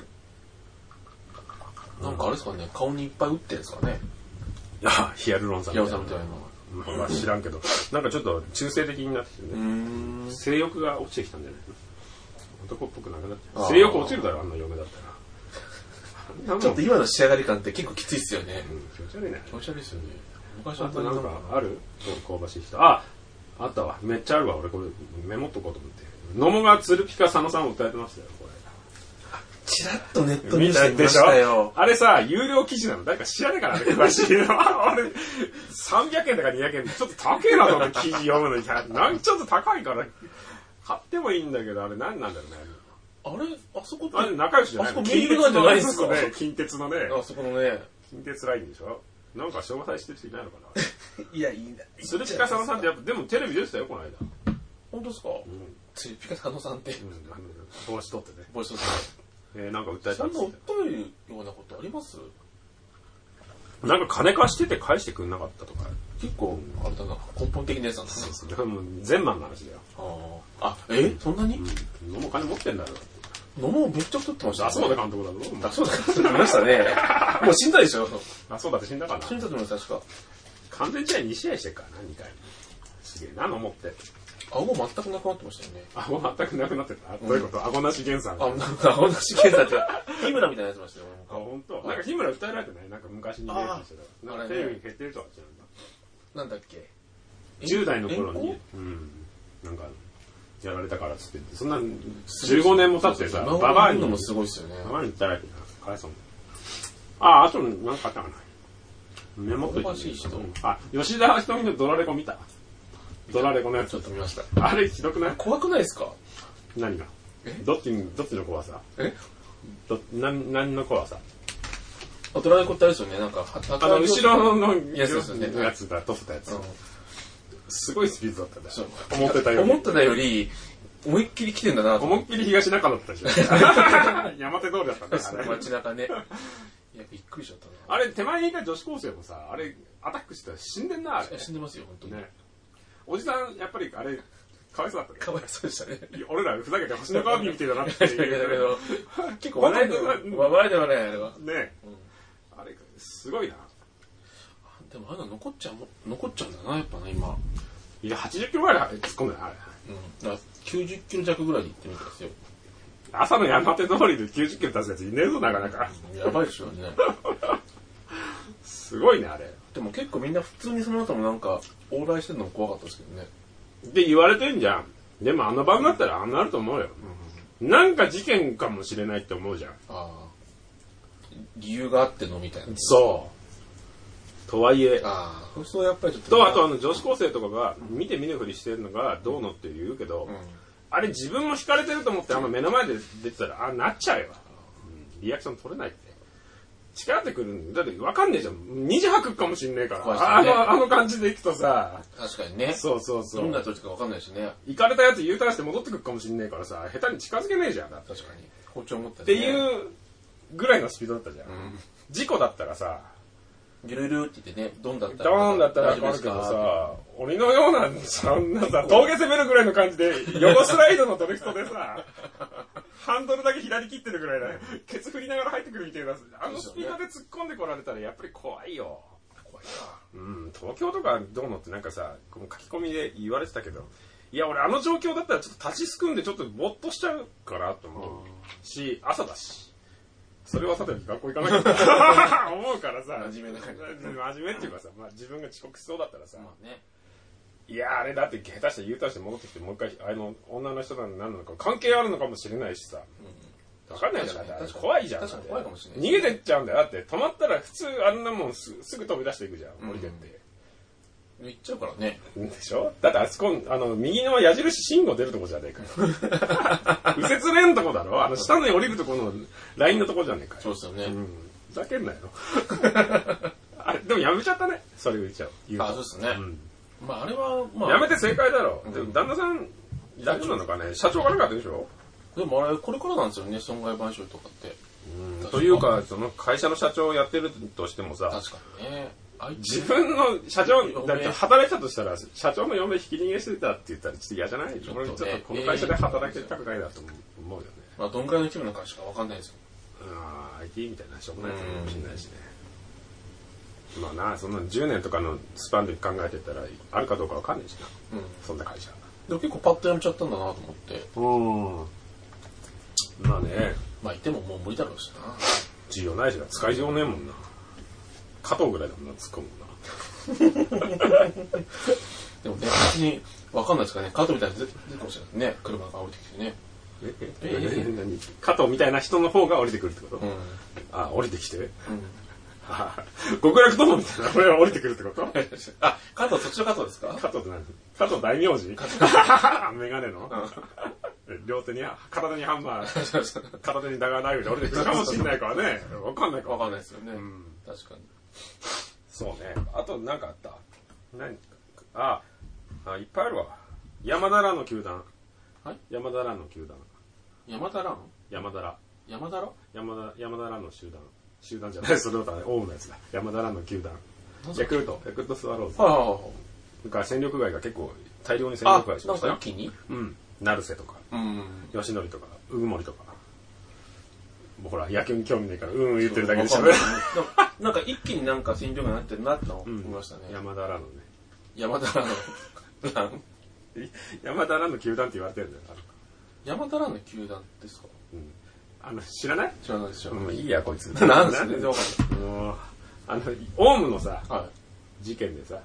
なんかあれですかね、顔にいっぱい打ってるんですかね。 いやヒアルロン酸みたいな。まあ知らんけど、なんかちょっと中性的になっててね。性欲が落ちてきたんじゃないの。男っぽくなくなっちゃう。性欲落ちるだろあんな嫁だったら。 ちょっと今の仕上がり感って結構きついっすよね。 気持ち悪いね。 気持ち悪いっすよね。 昔はなんかある？香ばしい人。あったわ。めっちゃあるわ。俺これメモっとこうと思って。野茂が鶴ピカ佐野さんを歌えてましたよ。これ。 チラッとネットニュースで見ましたよ。 あれさ、有料記事なの。誰か知らねえからね、詳しいの。俺、300円とか200円でちょっと高えなと思って記事読むのに。ちょっと高いから、買ってもいいんだけど、あれ何なんだろうね。 あれあそこって。 あれ仲良しじゃないの？ あそこメールなんじゃないですかね。近鉄のね。 あそこのね。 近鉄ラインでしょ。なんか紹介してる人いないのかな。 いや、いいんだ。 鶴ピカ佐野さんってやっぱ、でもテレビ出てたよ、この間。 本当ですか？鶴ピカ佐野さんって。 帽子取ってね。 帽子取って。 なんか訴えたんですよ。 そんな訴えるようなことあります？ なんか金貸してて返してくんなかったとか。 結構、あれだな、根本的なやつなんだ。 そうそう。もう全満の話だよ。 そんなに？ 野茂金持ってんだろ。 野茂めっちゃ太ってましたね。 そうだ監督だぞ。 そうだ監督いましたね。もう死んだでしょ。 そうだって死んだかな。 死んだと思います、確か。 完全試合2試合してるからな、2回。すげえな、野茂って。 顎全くなくなってましたよね。 顎全くなくなってた。どういうこと？顎なし源さん。 顎なし源さんって、日村みたいなやつましたよ。 本当。なんか日村訴えられてない？なんか昔に見えてた。なんかテレビに決定とは違うんだ。 なんだっけ ？10代の頃に、なんか、やられたからっつって、そんな15年も経ってさ、ババアにもすごいっすよね。 ババアに訴えられてた。かわいそうに。あとなんかあったかな。メモっといて。吉田ひとみのドラレコ見た？ドラレコのやつ。 ちょっと見ました。 あれひどくない？ 怖くないですか？ 何が？どっちの怖さ？何の怖さ？ ドラレコってあれですよね、なんか、 後ろのやつですよね。 やつだ、撮ったやつ。すごいスピードだったんだよ。 思ってたより、思いっきり来てんだなと。 思いっきり東中野だったじゃん。山手通りだったんだよ。 街中ね。いや、びっくりしちゃったな。あれ、手前にいた女子高生もさ、あれ、アタックしてたら死んでんな、あれ。 死んでますよ、本当に。 ね。おじさん、やっぱり、あれ、かわいそうだったね。 かわいそうでしたね。 俺らふざけて星のカービィみたいだなって言うけど、 結構笑いではない、あれは。 ね。あれ、すごいな。 でもあれ残っちゃうんだな、やっぱね、今。 いや、80キロぐらい突っ込んでない、あれ。90キロ弱ぐらいで行ってみたんですよ。 朝の山手通りで90キロ出すやついねえぞ、なかなか。 やばいでしょうね。 すごいね、あれ。 でも結構みんな普通にその後もなんか、往来してるのも怖かったですけどね。 って言われてんじゃん。でもあの番組だったらあんなあると思うよ。なんか事件かもしれないって思うじゃん。 理由があってのみたいな。 そう。とはいえ。 そうやっぱりちょっと。 あと女子高生とかが見て見ぬふりしてるのがどうのって言うけど、あれ自分も惹かれてると思って目の前で出てたら、なっちゃうよ。リアクション取れないって。力ってくるんだって分かんねえじゃん。2時吐くかもしんねえから。あの感じでいくとさ。 確かにね。 そう。 どんな時か分かんないしね。 行かれたやつ U ターンして戻ってくるかもしんねえからさ、下手に近づけねえじゃん。 確かに。包丁持ったっていうぐらいのスピードだったじゃん。事故だったらさ、 ギュルルって言ってね、ドンだったら分かるけどさ、俺のような、そんなさ、峠攻めるぐらいの感じで、横スライドのドリフトでさ、ハンドルだけ左切ってるぐらいだよ。ケツ振りながら入ってくるみたいな、あのスピードで突っ込んでこられたらやっぱり怖いよ。 怖いな。 東京とかどうのってなんかさ、書き込みで言われてたけど、いや俺あの状況だったらちょっと立ちすくんでちょっとぼーっとしちゃうかなと思うし、朝だし。それはさておき学校行かなきゃ思うからさ、 真面目な感じ。 真面目っていうかさ、自分が遅刻しそうだったらさ、 ね、 いやあれだって下手して U ターンして戻ってきてもう一回女の人なのに何なのか関係あるのかもしれないしさ、分かんないじゃない。怖いじゃん。 確かに怖いかもしれない。 逃げてっちゃうんだよ。だって止まったら普通あんなもんすぐ飛び出していくじゃん。降りてって。 行っちゃうからね。 でしょ？だってあそこ右の矢印信号出るとこじゃねえかよ。右折レーンのとこだろ。下に降りるとこのラインのとこじゃねえかよ。 そうですよね。 ふざけんなよ。あれでもやめちゃったね。それ言っちゃう。 そうですね。まああれはやめて正解だろ。旦那さん大丈夫なのかね。社長がなかったでしょ。 でもあれこれからなんですよね、損害賠償とかって。 というかその会社の社長をやってるとしてもさ、 確かにね。 自分の社長、だって働いてたとしたら、社長の嫁引き逃げしてたって言ったらちょっと嫌じゃない？俺ちょっとこの会社で働きたくないなと思うよね。 まあ、どんくらいの規模なのかしかわかんないですよ。 IT みたいなしょうもないかもしれないしね。まあな、そんな10年とかのスパンで考えてたら、あるかどうかわかんないしな。そんな会社。 でも結構パッとやめちゃったんだなと思って。 まあね。 まあいてももう無理だろうしな。 需要ないしな。使いようねえもんな。加藤ぐらいだもんな、突っ込むな。 でもね、別にわかんないですかね。加藤みたいな出てくるかもしれないね。車が降りてきてね。 何加藤みたいな人の方が降りてくるってこと？降りてきて？極楽友みたいな俺が降りてくるってこと？ あ、加藤、そっちの加藤ですか？ 加藤って何？加藤大名字？メガネの？両手に、体にハンマー、片手にダガーナイフで降りてくるかもしれないからね。わかんないから。 わかんないですよね。確かに。 そうね。あと何かあった？いっぱいあるわ。山田らの球団。 はい？ 山田らの球団。 山田らん？ 山田ら。 山田ら？ 山田らの集団。集団じゃない、それだったらオウムのやつだ。山田らの球団。ヤクルトスワローズ。だから戦力外が結構大量に戦力外しましたよ。 なんか一気に？ 成瀬とか、吉典とか、鵜久森とか。もうほら、野球に興味ないから、言ってるだけでしょ。 なんか一気になんか戦力外になってるなって思いましたね。 山田らのね。 山田らの。 山田らの球団って言われてるんだよ。 山田らの球団ですか？ 知らない？ 知らないですよ。 いいや、こいつ。 なんですね、わかんない。オウムのさ、事件でさ、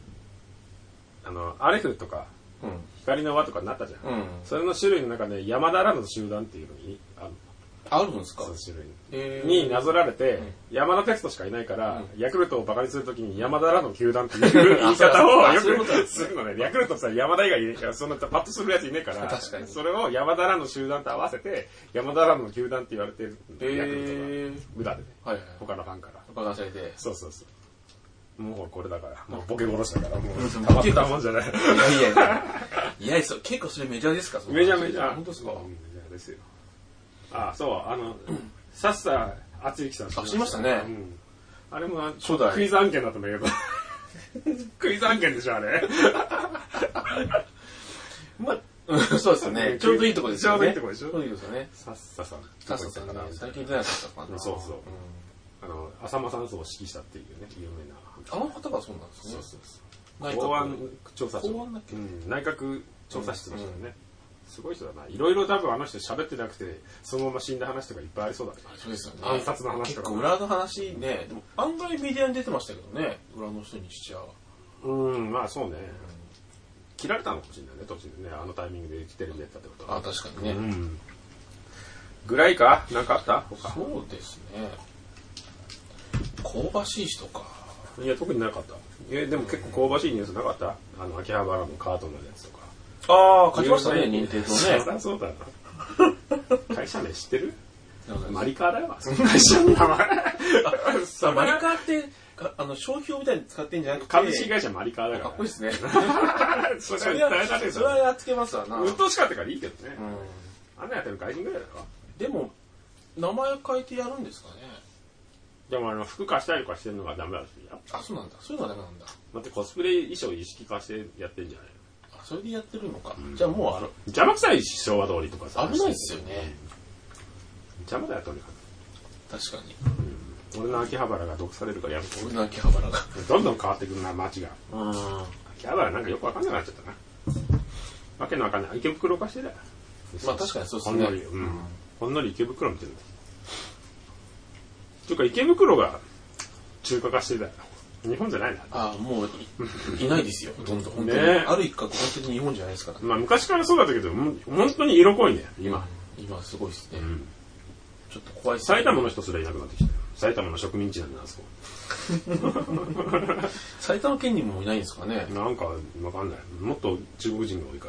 アレフとか、光の輪とかになったじゃん。それの種類の中で山田らの集団っていうのにあるんですか？ その種類になぞられて、山田哲人しかいないから、ヤクルトをバカにするときに山田らの球団っていう言い方をよくするのね。ヤクルトってさ、山田以外いねえから、そんなパッとするやついねえから、それを山田らの集団と合わせて、山田らの球団って言われてる。ヤクルトが裏でね。他のファンから。 バカされて。 そうそうそう。もうこれだから、もうボケ殺しだから、もうたまったもんじゃない。 いや、結構それメジャーですか？ メジャー。 本当ですか？ メジャーですよ。そう、さっさ厚幸さん知りましたね。 あれもクイズ案件だったんだけど。クイズ案件でしょ、あれ。 そうですよね。ちょうどいいとこですよね。 ちょうどいいとこでしょ。 ちょうどいいですよね。 さっささん。 さっささんね、最近出なかったかな。 そうそう。浅間山荘を指揮したっていうね、有名な。 あの方がそうなんですね。 そう。公安調査庁。 公安だっけ？ 内閣調査室の人ね。すごい人だな。いろいろ多分あの人喋ってなくて、そのまま死んだ話とかいっぱいありそうだね。 そうですよね。 暗殺の話とか。 結構裏の話ね、でも案外メディアに出てましたけどね、裏の人にしちゃまあそうね。切られたのかもしれないね、途中でね。あのタイミングでテレビでやったってことは。 確かにね。 ぐらいか？なんかあった？ そうですね。香ばしい人か。 いや、特になかった。でも結構香ばしいニュースなかった？秋葉原のカートのやつとか。 書きましたね、認定とね。 そりゃそうだな。会社名知ってる？マリカーだよ。会社の名前。 マリカーって、商標みたいに使ってんじゃなくて。 株式会社マリカーだから。 かっこいいですね。 それはやっつけますわな。 うっとうしかったからいいけどね。あんなやってる外人ぐらいだろ。 でも、名前変えてやるんですかね。 でも服貸したりとかしてるのがダメだし。 そうなんだ。そういうのはダメなんだ。 だってコスプレ衣装意識化してやってんじゃないの？ それでやってるのか。じゃあもう邪魔くさいし、昭和通りとかさ。 危ないですよね。 邪魔だよ、とにかく。確かに。 俺の秋葉原が毒されるからやめて。 俺の秋葉原が。 どんどん変わってくるな、街が。秋葉原なんかよくわかんなくなっちゃったな。わけのわかんない。池袋化してだよ。 まあ確かにそうですね。 ほんのり池袋見てる。というか池袋が中華化してだよ。日本じゃないな。 もういないですよ。ほとんど。本当に。ある一角、本当に日本じゃないですから。 まあ昔からそうだったけど、本当に色濃いね、今。 今すごいですね。ちょっと怖いですね。埼玉の人すらいなくなってきたよ。埼玉の植民地なんだ、あそこ。 埼玉県にもいないんですかね。 なんかわかんない。もっと中国人が多いから。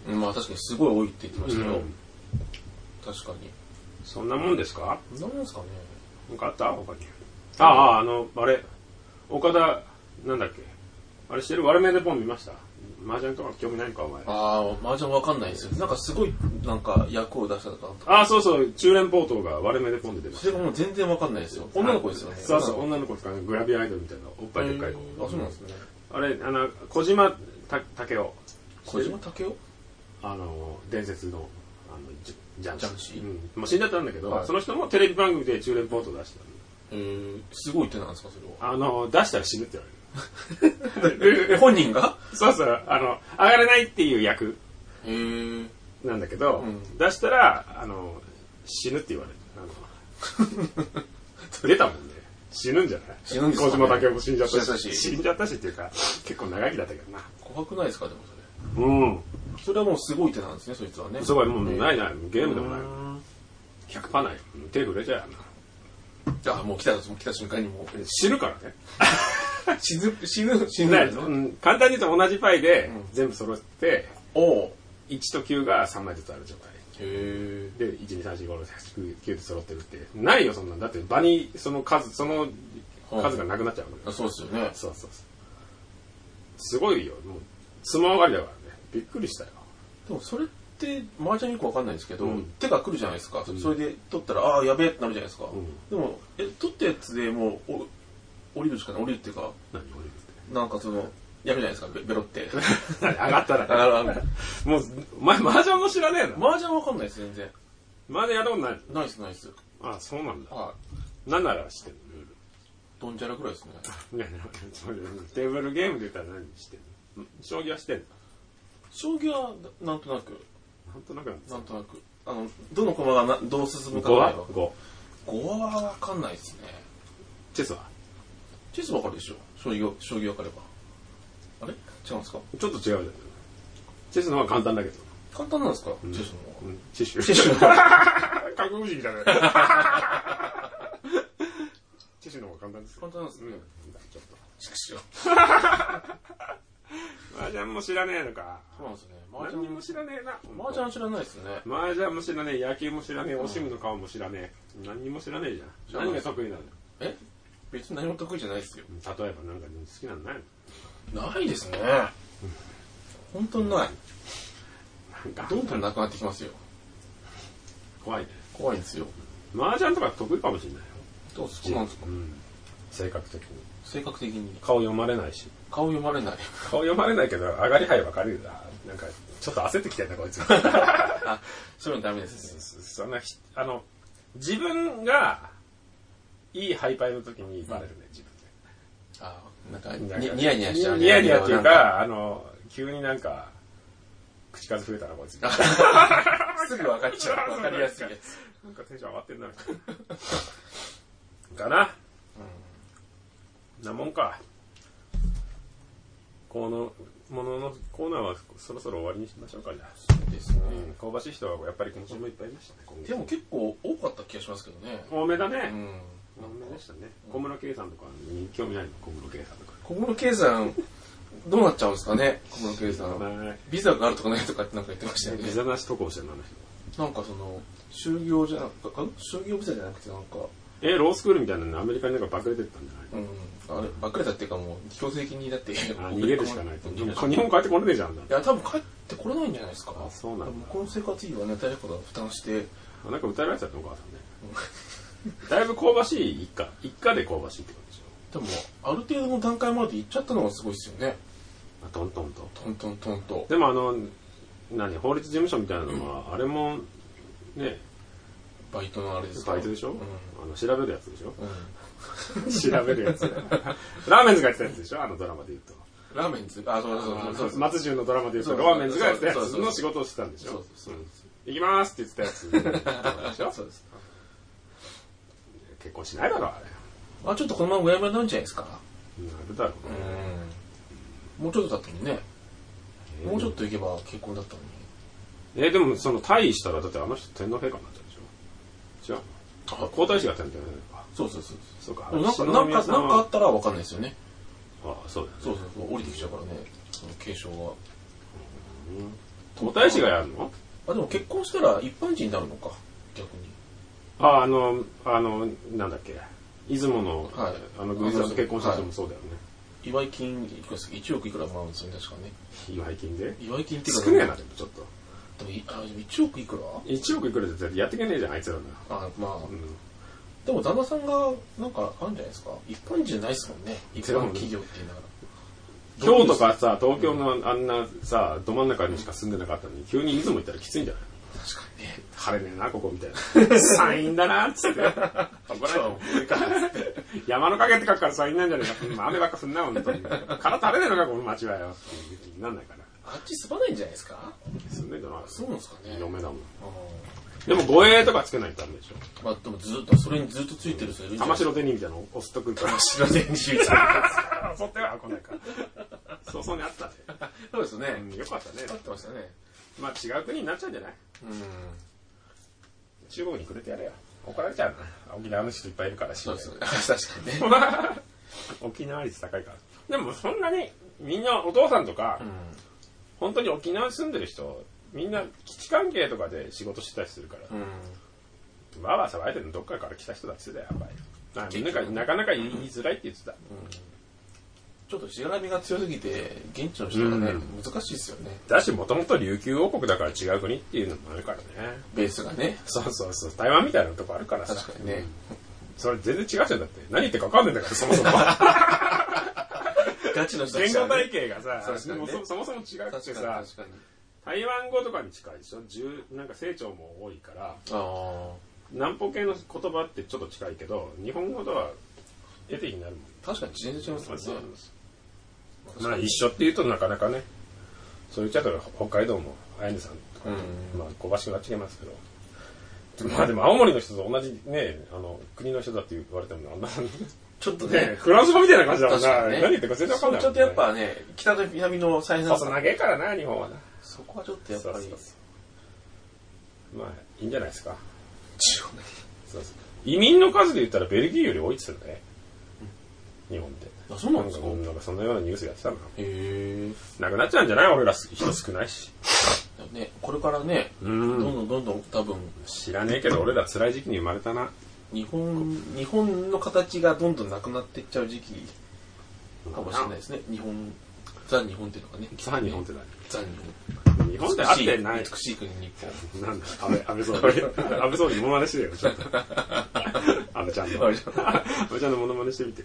まあ確かにすごい多いって言ってましたよ。確かに。 そんなもんですか？ そんなもんですかね。 なんかあった他に。あれ。岡田、なんだっけ。あれ知ってる？ワルメデポン見ました？ 麻雀とか興味ないのかお前。 麻雀わかんないですよ。なんかすごいなんか役を出したとか。 そうそう、中連ポートが割れ目でポンで出ました。 それがもう全然わかんないですよ。女の子ですよね。 そうそう、女の子ですかね。グラビアアイドルみたいなおっぱいでっかい子。 そうなんですね。 あれ、小島武雄。 小島武雄？ 伝説の雀士。 もう死んじゃったんだけど、その人もテレビ番組で中連ポート出した。 すごいってなんですかそれは。 出したら死ぬって言われる。 本人が？ そうそう、上がれないっていう役なんだけど、出したら死ぬって言われる。出たもんね。死ぬんじゃない？ 死ぬんですかね。 小島武雄も死んじゃったし。死んじゃったしっていうか、結構長生きだったけどな。 怖くないですかでもそれ。それはもうすごい手なんですね、そいつはね。 すごい、もうないない、ゲームでもない。100% ない。手震えちゃうよな。もう来た瞬間にもう。 死ぬからね。 死ぬないの？簡単に言うと同じパイで全部揃って、1と9が3枚ずつある状態。で、1、2、3、4、5、6、7、9で揃ってるって。ないよ、そんなん。だって場にその数がなくなっちゃうの。 そうですよね。 そう。すごいよ。もう、相撲上がりだからね。びっくりしたよ。 でもそれって麻雀よくわかんないんですけど、手が来るじゃないですか。それで取ったらやべえってなるじゃないですか。でも取ったやつでもう降りるしかない。降りるっていうか、なんかやるじゃないですか。ベロって。 上がったら。もうお前麻雀も知らねえの？ 麻雀わかんないです全然。 麻雀やったことない？ ないです。 そうなんだ。何なら知ってるの？ルール。 ドンジャラぐらいですね。 テーブルゲームで言ったら何知ってるの？将棋は知ってるの？ 将棋はなんとなく。 なんとなく。 どの駒がどう進むか。 5はわかんないですね。 チェスはわかるでしょ。将棋わかれば。あれ？違うんですか？ ちょっと違うじゃん。チェスの方が簡単だけど。 簡単なんですか？チェスの方が。 チェス。韓国人じゃない。チェスの方が簡単です。 簡単なんですね。 ちょっと。 しくしよう。 麻雀も知らねえのか。 そうなんですね。 何も知らねえな。 麻雀知らないですね。 麻雀も知らねえ、野球も知らねえ、オシムの顔も知らねえ。何も知らねえじゃん。何が得意なの？ 別に何も得意じゃないですよ。 例えばなんか好きなのないの？ないですね。本当にない。どんどんなくなってきますよ。 怖いね。 怖いんですよ。 麻雀とか得意かもしれないよ。 そうなんですか？ 性格的に。顔読まれないし。 顔読まれないけど、上がり牌分かるよな。なんか、ちょっと焦ってきてんな、こいつ。 そういうのダメですね。 そんな、自分が、いいハイパイの時にバレるね、自分で。 なんか、ニヤニヤしちゃう。 ニヤニヤっていうか、急になんか、口数増えたな、こいつ。 すぐ分かっちゃう。分かりやすいやつ。 なんかテンション上がってんな、みたいな。かな。なもんか。このもののコーナーはそろそろ終わりにしましょうかじゃあ。 そうですね。 香ばしい人はやっぱり今週もいっぱいいましたね。 でも結構多かった気がしますけどね。 多めだね。多めでしたね。小室圭さんとかに興味ないの？小室圭さんとか。 小室圭さんどうなっちゃうんですかね？小室圭さん。ビザがあるとかないとかってなんか言ってましたよね。 ビザなし渡航してるの？ なんか就業ビザじゃなくてなんか。 ロースクールみたいなのアメリカになんかバクれてったんじゃない？ あれバクれたっていうかもう強制的にだって逃げるしかないと。日本帰ってこれねえじゃん。いや多分帰ってこれないんじゃないですか。 そうなんだ。 この生活費はね大学が負担して。 なんか訴えられちゃったお母さんね。だいぶ香ばしい一家で香ばしいってことでしょ。でもある程度の段階まで行っちゃったのがすごいですよね。 トントンと。でも法律事務所みたいなのはあれもね。 バイトのあれですか？ バイトでしょ？調べるやつでしょ？調べるやつ。ラーメンズがやってたやつでしょ？ドラマで言うと。 ラーメンズ？そう。 松潤のドラマで言うと、ラーメンズがやってたやつの仕事をしてたんでしょ？行きまーすって言ってたやつ。でしょ？そうです。結婚しないだろ、あれ。 ちょっとこのままうやむやなんじゃないですか？なるだろう。もうちょっと経ってもね。もうちょっと行けば結婚だったのに。でも退位したらだってあの人天皇陛下になっちゃう。違う。皇太子が天皇陛下。そうか。 なんかあったらわかんないですよね。 そうだよね。 そう降りてきちゃうからね。その継承が。 皇太子がやるの？ でも結婚したら一般人になるのか逆に。 なんだっけ。出雲の宮司さんと結婚した人もそうだよね。 祝い金いくらですか、1億いくらもらうんですよね、確かね。 祝い金で祝い金っていうか、 少ねえな、でもちょっと。 でも1億いくら ?1 億いくらでやってけねえじゃん、あいつらな。 あ、まあ、でも旦那さんがなんかあるんじゃないですか。一般人じゃないですもんね、一般企業って言いながら。 今日とかさ、東京のあんなさ、ど真ん中にしか住んでなかったのに、急に出雲行ったらきついんじゃない？ 確かにね。 晴れねえな、ここみたいな。山陰だな、っつって。山の影って書くから山陰なんじゃねえか。雨ばっか降んな、ほんとに。体垂れねえのか、この街はよ。ってなんないかな。 あっち住まないんじゃないですか？ 住んでんじゃない？ そうなんですかね。 嫁だもん。でも護衛とかつけないとダメでしょ。 まあでもずっと、それにずっとついてる人いるんじゃないですか。 玉城デニみたいなの押すとくから。 玉城デニシーズ。 そっては来ないから。そうそうにあったね。 そうですね。 よかったね。 あってましたね。 まあ違う国になっちゃうんじゃない？中国にくれてやれよ。怒られちゃうな。沖縄の人いっぱいいるからし。 そうですね。確かにね。 沖縄率高いから。でもそんなにみんなお父さんとか、本当に沖縄に住んでる人、みんな基地関係とかで仕事してたりするから。わーわー騒いでるのどっかから来た人だって言ってたよ、やっぱり。なかなか言いづらいって言ってた。 ちょっとしがらみが強すぎて、現地の人がね、難しいですよね。 だし、もともと琉球王国だから違う国っていうのもあるからね。 ベースがね。 そうそうそう。台湾みたいなとこあるからさ。 確かにね。 それ全然違うじゃん、だって。何言ってか分かんないんだから、そもそも。 ガチの人言語体系がさ、 そもそも違くてさ、台湾語とかに近いでしょ。なんか成長も多いから、南方系の言葉ってちょっと近いけど、日本語とは得てになるもん。 確かに全然違いますね。 まあ一緒っていうとなかなかね、そう言っちゃうと北海道もあやねさんとか、まあ小橋が違いますけど、まあでも青森の人と同じね、国の人だって言われてもあんな、 ちょっとね、 フランス語みたいな感じだもんな。 何言ってるか全然わかんない。 ちょっとやっぱね、北と南の最初の。 細長いからな、日本はな。 そこはちょっとやっぱり。 まあ、いいんじゃないですか。そうそう。移民の数で言ったらベルギーより多いっつうんだね。日本って。 あ、そうなんですか？ なんかそんなようなニュースやってたな。 へぇなくなっちゃうんじゃない？俺ら人少ないし。 ね、これからね、どんどん多分。 知らねえけど俺ら辛い時期に生まれたな。 日本の形がどんどんなくなっていっちゃう時期かもしれないですね。ザ・日本っていうのがね。 ザ・日本って何？ ザ・日本。日本ってあってない。 美しい国日本。なんだ、安倍総理モノマネしてるよ、ちょっと。安倍ちゃんの。安倍ちゃんのモノマネしてみて。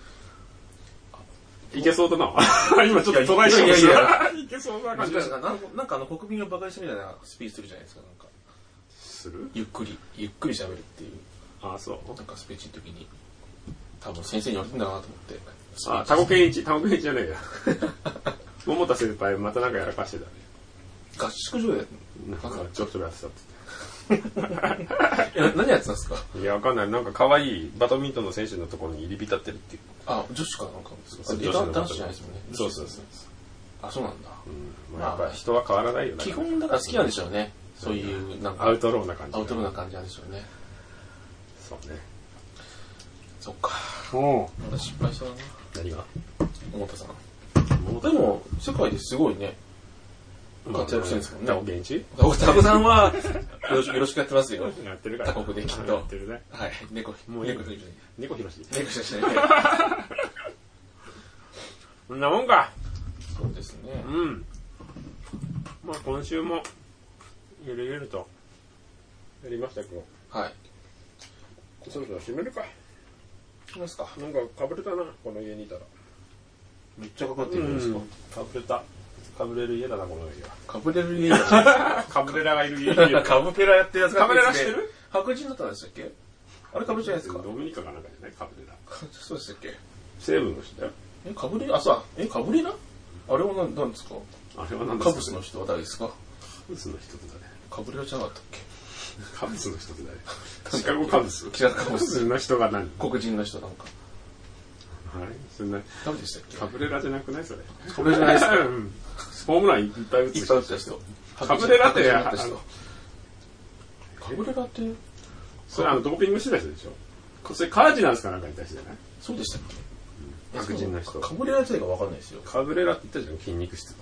いけそうだな。今ちょっとトライしてる。いけそうな感じだ。 なんか国民を馬鹿にしたみたいなスピーチするじゃないですか。なんかする？ ゆっくり喋るっていう。 ああ、そう。 なんかスピーチの時に、多分先生に言われてんだなと思って。 あ、タコケンイチじゃねえや。桃田先輩またなんかやらかしてたね。 合宿所でなんかちょっとやってたって何やってたんですか？ いや、わかんない。なんか可愛いバドミントンの選手のところに入り浸ってるっていう。 あ、女子かなんかですか？男子じゃないですもんね。 そう。 あ、そうなんだ。 まあ、やっぱ人は変わらないよね。 基本だから好きなんでしょうね。そういうなんかアウトローな感じ。 アウトローな感じなんでしょうね。 そうね。 そっか。まだ失敗したな。 何が？ 桃田さん。でも世界ですごいね。活躍してるんですもんね。 タコケンイチ？ タコさんはよろしくやってますよ。 やってるから。 他国できっと。 やってるね。 はい。猫ひろし。 そんなもんか。 そうですね。 まあ今週もゆるゆるとやりましたけど。 はい。 そろそろ閉めるか。 閉めますか。 なんかかぶれたな、この家にいたら。 めっちゃかかってるんですか。 かぶれた。かぶれる家だな、この家は。 かぶれる家だ。 かぶれらがいる家。 かぶペラやってるやつかぶれらしてる？ 白人だったんでしたっけ？あれかぶれじゃないですか。 ドミニカかなんかじゃない？かぶれら。 そうでしたっけ？ 西部の人だよ。 かぶれら？かぶれら？あれは何ですか？ あれは何ですか？ カブスの人は誰ですか？ カブスの人って誰？ かぶれらじゃなかったっけ？ カブスの人って誰？シカゴカブス？ シカゴカブスの人が何？ 黒人の人なんか。 はい、そんな。 誰でしたっけ？ カブレラじゃなくないそれ？ カブレラじゃないですか？ ホームランいっぱい打つ人。カブレラって、 カブレラって、 それドーピングしてた人でしょ？それカージナルスかなんかに対してじゃない？ そうでしたっけ？ 白人の人。 カブレラ自体がわかんないですよ。 カブレラって言ったじゃん、筋肉質。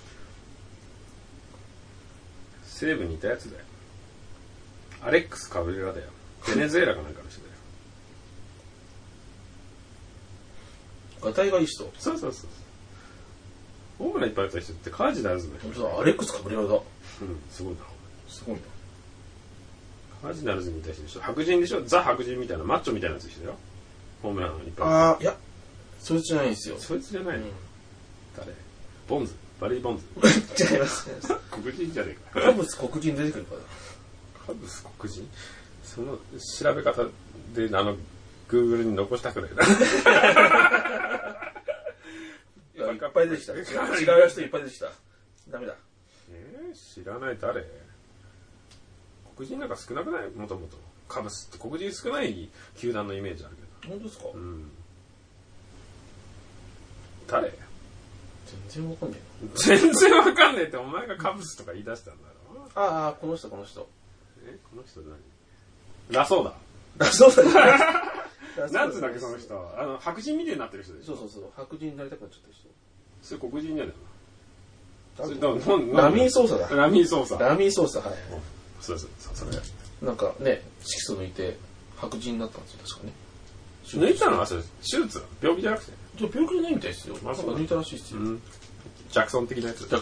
西部にいたやつだよ。アレックス・カブレラだよ。ベネズエラかなんかの人だよ。 ガタイがいい人。 そうそうそう。ホームランいっぱい打った人ってカージナルズの人。 アレックスカブレラだ。うん、 すごいな。 すごいな。 カージナルズに対して人、白人でしょ、ザ白人みたいな、マッチョみたいなやつでしたよ。ホームランいっぱい。 ああ、いや、そいつじゃないんですよ。 そいつじゃないの、誰？ボンズ？バリー・ボンズ？ 違います。 黒人じゃねえか。 カブス黒人出てくるから。 カブス黒人？その調べ方で、Google に残したくないな。 いっぱい出てきた。違う人いっぱい出てきた。ダメだ。 知らない誰？黒人なんか少なくない？もともと。カブスって黒人少ない球団のイメージあるけど。 本当ですか？ うん。誰？ 全然わかんない。 全然わかんねえってお前がカブスとか言い出したんだろ。 ああ、この人。 この人何？ラソーダ。 ラソーダじゃないなんつうんだっけその人。白人みたいになってる人でしょ。 そう。白人になりたくなっちゃった人。 それ黒人じゃねえな。ラミーソーサだ。 ラミーソーサ、はい。それ。 なんかね、色素抜いて白人になったんですよ、確かね。 抜いたのはそれ、手術？病気じゃなくて？ 病気じゃないみたいですよ。なんか抜いたらしいですよ。 ジャクソン的なやつ。 そう。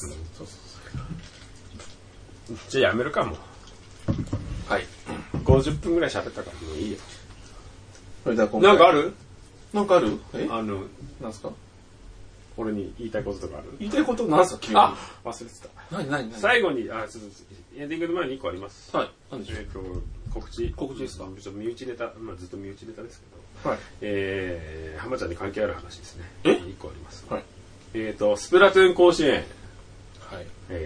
じゃあやめるかも。 はい。 50分ぐらい喋ったからもういいよ。 なんかある？なんすか？ 俺に言いたいこととかある？ 言いたいことなんすか？ あ、忘れてた。 何？ 最後に、ちょっとエンディングの前に1個あります。 はい。何でしょう？告知ですか？身内ネタ、ずっと身内ネタですけど。はい。浜ちゃんに関係ある話ですね。1個あります。はい。スプラトゥーン甲子園。はい。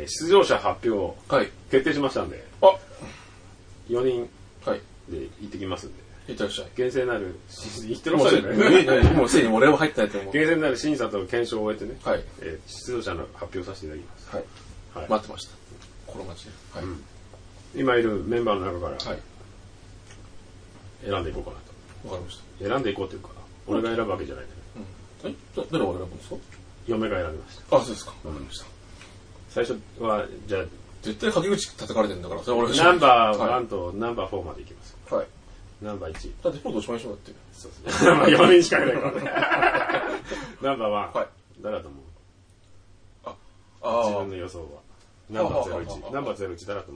出場者発表。はい。決定しましたんで。あ、4人。はい。で行ってきますんで。 いってらっしゃい。 厳正なる、言ってらっしゃいね。 もうすでに俺は入ったやと思う。 厳正なる審査と検証を終えてね。 はい。 出場者の発表させていただきます。 はい。待ってました。心待ちで。はい。 今いるメンバーの中から。はい。選んでいこうかなと。 わかりました。 選んでいこうというか、俺が選ぶわけじゃないんでね。誰が選ぶんですか？ 嫁が選びました。 あ、そうですか。わかりました。 最初は、じゃあ、 絶対陰口叩かれてるんだから、それ俺ナンバー1とナンバー4までいきます。はい。ナンバー1。 だってフォードおしまいでしょだって。 そうですね。4人しかいないからね。ナンバー1。はい。誰だと思う？自分の予想は。ナンバー01。ナンバー01誰だと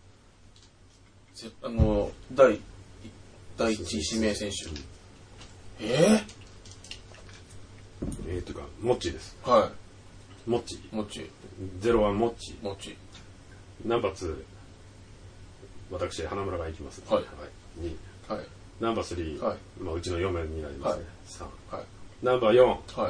思う？ 第一位指名選手。 というか、モッチーです。 はい。 モッチー。01モッチー。ナンバー2。私、花村が行きます。はい。2。はい。ナンバー3。はい。うちの嫁になりますね。3。はい。ナンバー4。はい。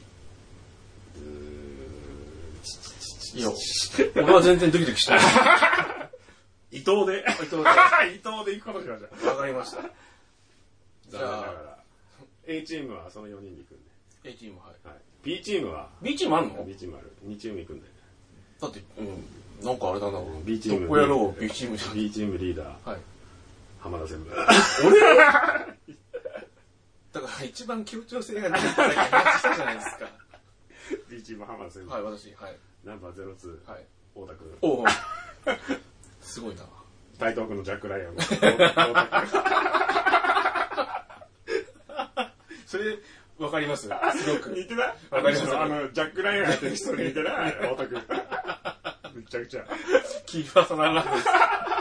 いや、俺は全然ドキドキしてない。 伊藤で行くことしましょう。 わかりました。 じゃあ、A チームはその4人で行くんで。 A チーム、はい。 B チームは B チームあるの？ B チームある。2チーム行くんで。 だって、なんかあれだな。 B チーム。 どこやろう B チームじゃん。 B チームリーダー。はい。浜田専務。 俺だから一番協調性がないから話したじゃないですか。 B チーム浜田専務。 はい、私。はい。 ナンバー02。はい。大田君。 おお。すごいな。 台東区のジャック・ライアン。 それ、わかります。すごく。 似てない？ わかります。 ジャック・ライアンやってる人に似てない？大田君。めちゃくちゃ。 キーパーソナルなんです。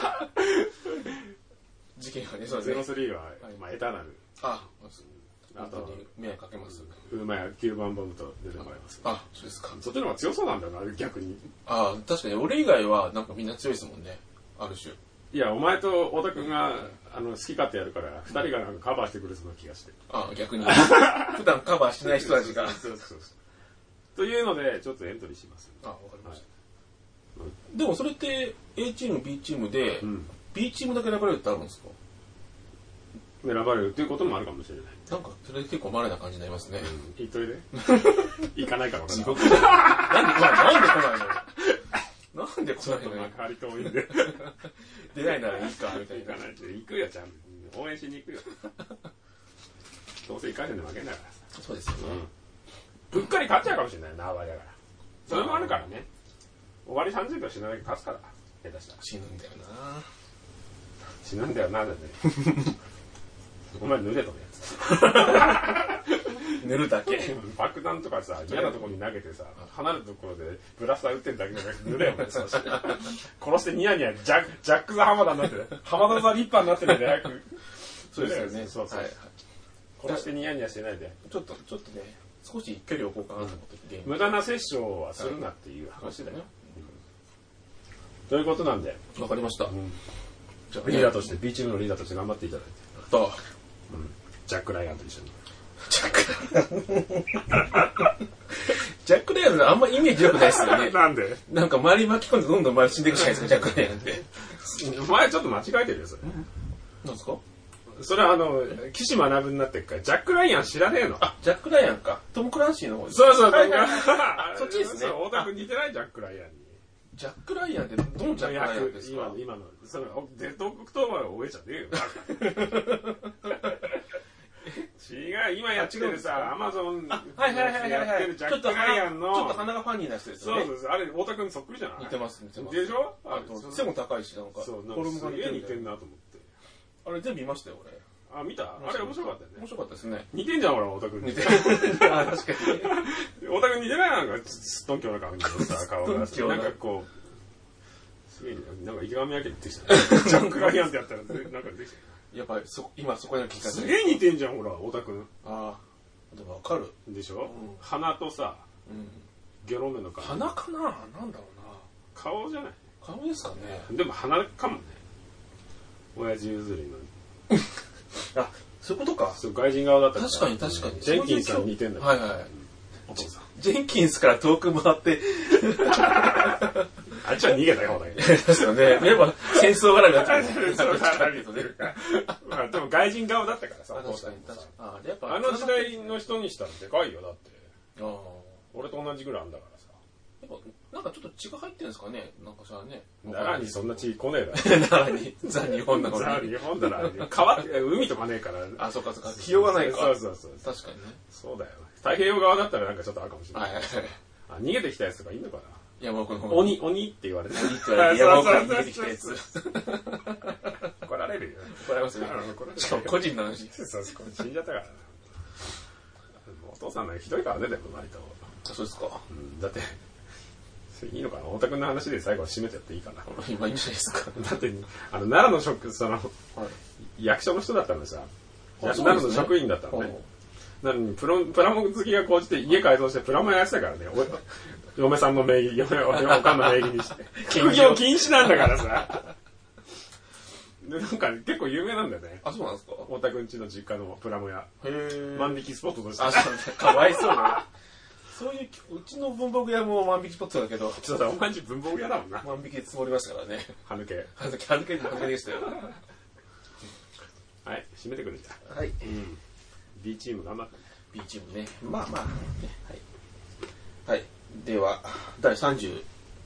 事件はね、そうですね。 03は、エターナル。 あと、迷惑かけます。 馬や9番ボムと出てもらいます。 あ、そうですか。 そっちの方が強そうなんだよな、逆に。 あ、確かに俺以外はなんかみんな強いですもんね。ある種。 いや、お前と太田君が好き勝手やるから、2人がなんかカバーしてくれそうな気がして。 あ、逆に。普段カバーしない人たちが。 そう。というので、ちょっとエントリーします。 あ、わかりました。でもそれって A チーム、B チームで、B チームだけ選ばれるってあるんですか？ 選ばれるっていうこともあるかもしれない。 なんか、それ結構稀な感じになりますね。 言っといで。行かないから地獄じゃん。なんで来ないの？なんで来ないの？ 幕張遠いんで。 出ないならいいか、みたいな。 行かないと。行くよ、ちゃんと。応援しに行くよ。どうせ1回戦で負けんだからさ。 そうですよね。 うっかり勝っちゃうかもしれないな、終わりだから。それもあるからね。終わり30秒死ななきゃ勝つから。下手したら。 死ぬんだよな。 死ぬんだよな、だって。お前濡れとるやつ。 塗るだけ。 爆弾とかさ、嫌なところに投げてさ、離れたところでブラスター撃ってるだけじゃなくて塗れよ、殺してニヤニヤ、ジャック・ザ・浜田になってる。浜田ザ・リッパーになってるんで、早く。 そうですよね。 そうそう。殺してニヤニヤしてないで。 ちょっとね、少し距離を置こうかなと思って、 無駄な殺生はするなっていう話だよ。ということなんで。 わかりました。 じゃあリーダーとして、B チームのリーダーとして頑張っていただいて。ジャック・ライアンと一緒に。 ジャック・ライアンあんまイメージ良くないですよね。 なんでなんか周り巻き込んでどんどん周り死んでいくじゃないですか、ジャック・ライアンって。 お前ちょっと間違えてるよ、それ。 なんですか？ それは岸学になってるから、ジャック・ライアン知らねえの。 あ、ジャック・ライアンか。トム・クランシーの方です。 そう。 そっちですね。 太田君似てないジャック・ライアンに。 ジャック・ライアンってどのジャック・ライアンですか？ 今の、それ、デッドオクトーバーを終えちゃねえよ。違う、今やってるさ、アマゾンやってるジャック・ライアンの。 ちょっと鼻がファンになってるですよね。 そう。あれ、太田君そっくりじゃない？ 似てます。でしょ？ あと、背も高いし、なんか。 そう、なんかすげえ似てんなと思って。 あれ全部見ましたよ、俺。 あ、見た？あれ面白かったよね。 面白かったですね。 似てんじゃん、ほら、太田君。似てる。 あ、確かに。 太田君似てないなんか、すっとんきょうな感じのさ、顔が。なんかこう、すげえ、なんか池上彰出てきたね。ジャック・ライアンってやったら、なんか出てきた。 やっぱり今そこに聞かすげえ似てんじゃん、ほら、太田君。 ああ、でもわかる。 でしょ？鼻とさ、ゲロ目の感じ。 鼻かな？なんだろうな。 顔じゃない？ 顔ですかね。 でも鼻かもね。親父譲りの。 あ、そういうことか。 そう、外人側だったら。 確かに。ジェンキンスさん似てんだよ。 はい。お父さん。ジェンキンスから遠く回って。 あっちは逃げたよ、ほら。 ですよね。やっぱ戦争絡みだったんですそう、まあでも外人側だったからさ、 確かに。 あの時代の人にしたらでかいよ、だって。俺と同じぐらいあんだからさ。 やっぱ、なんかちょっと血が入ってるんですかね？なんかさね。 奈良にそんな血来ねえだろ。 奈良に。ザ・日本だから。 ザ・日本だな。川って、海とかねえから。 あ、そうか。気弱ないか。 そう。 確かにね。 そうだよ。太平洋側だったらなんかちょっとあるかもしれない。 はい。 あ、逃げてきたやつとかいんのかな？ 山奥の方鬼って言われて。 鬼って言われて、山奥から逃げてきたやつ。 怒られるよ。 怒られますよ。しかも個人なのし。 そう死んじゃったから。お父さんのひどいからね、でも割と。 そうですか。 だって、いいのかな？太田君の話で最後は締めてやっていいかな？ 今いいんじゃないですか。 だって、奈良の役所の人だったのさ。奈良の職員だったのね。なのに、プラモ好きが高じて家改造してプラモやってたからね。嫁さんの名義、おかんの名義にして。副業禁止なんだからさ。で、なんか結構有名なんだよね。 あ、そうなんですか？ 太田くんちの実家のプラモ屋。万引きスポットとして。 あ、そうかわいそうだ。そういう、うちの文房具屋も万引きスポットだけど。 ちょっとお前んち文房具屋だもんな。 万引きで積もりましたからね。 歯抜けでしたよ。 はい、締めてくれじゃん。 はい。 B チーム頑張って。 B チームね。まあ。はい。では、第36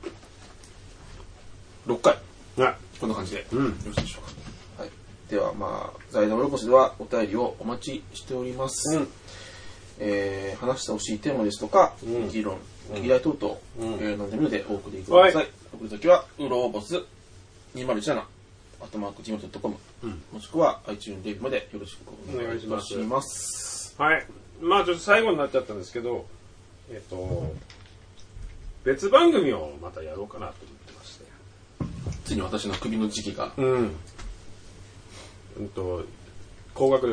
回。こんな感じで。よろしいでしょうか。はい。では、財団ロボスではお便りをお待ちしております。話してほしいテーマですとか、議論、議題等々、何でもいいのでお送りください。送るときは、ウローボス207@gmail.com、もしくは iTunes レビューまでよろしくお願いします。 はい。ちょっと最後になっちゃったんですけど、別番組をまたやろうかなと思ってまして。 ついに私の首の時期が。 高額です。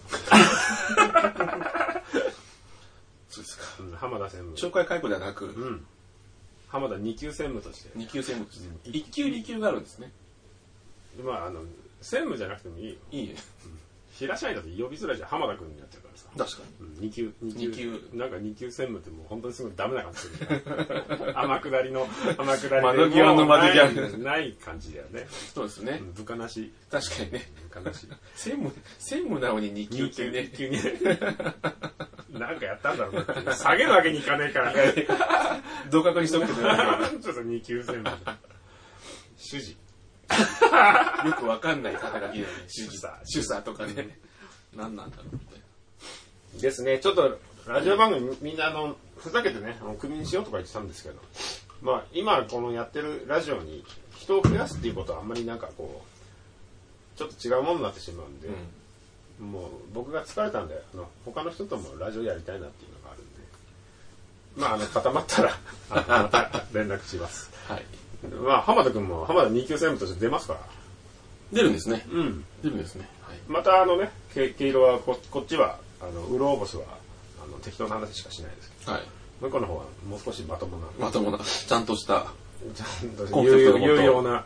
そうですか。 浜田専務。 懲戒解雇ではなく、 浜田2級専務として。 2級専務として。1級、2級があるんですね。 専務じゃなくてもいいよ。 いいね。 平社員だと呼びづらいじゃん。浜田君になっちゃうからさ。 確かに。 2級。なんか2級専務ってもう本当にすごいダメな感じする。天下りで。 窓際の窓際ない感じだよね。 そうですね。 部下なし。 確かにね。 部下なし。 専務なのに2級ってね。 2級ね。なんかやったんだろうなって。下げるわけにいかねえから。 同格にしとくけど。 ちょっと2級専務。主事。 よくわかんない肩書きだよね。 主査とかね。何なんだろうって。 ですね。ちょっとラジオ番組みんなふざけてね、クビにしようとか言ってたんですけど、今このやってるラジオに人を増やすっていうことはあんまりなんかこうちょっと違うものになってしまうんで、 もう僕が疲れたんで他の人ともラジオやりたいなっていうのがあるんで、まあ固まったらまた連絡します。はい。まあ浜田君も浜田2級専務として出ますから。 出るんですね。 うん。 出るんですね。はい。 また毛色はこっちはウローボスは適当な話しかしないですけど。はい。向こうの方はもう少しまともなちゃんとした有用な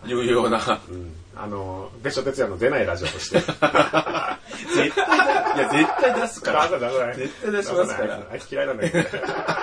別所哲也の出ないラジオとして絶対出すから絶対出しますからあいつ嫌いなんだけど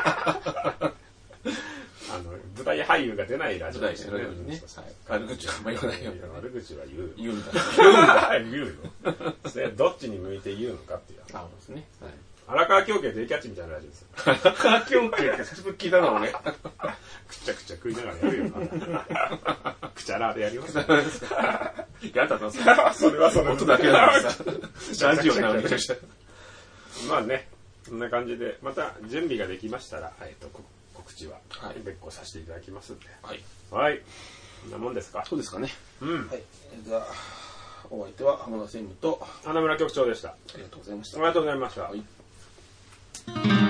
舞台俳優が出ないラジオとしてね。 悪口は言わないよ。 悪口は言う。 言うの。どっちに向いて言うのかっていう。 そうですね。 荒川京家デイキャッチみたいなラジオですよ。 荒川京家って久しぶり聞いたのね。 くちゃくちゃ食いながらやるよ。くちゃらでやります。 やだな、 それはその音だけなんですさ。ラジオなのに。 まあね、こんな感じで、また準備ができましたら、告知は別個させていただきますんで。はい。はい。こんなもんですか？ そうですかね。 うん。 はい。じゃあ、お相手は浜田専務と花村局長でした。ありがとうございました。 ありがとうございました。 はい。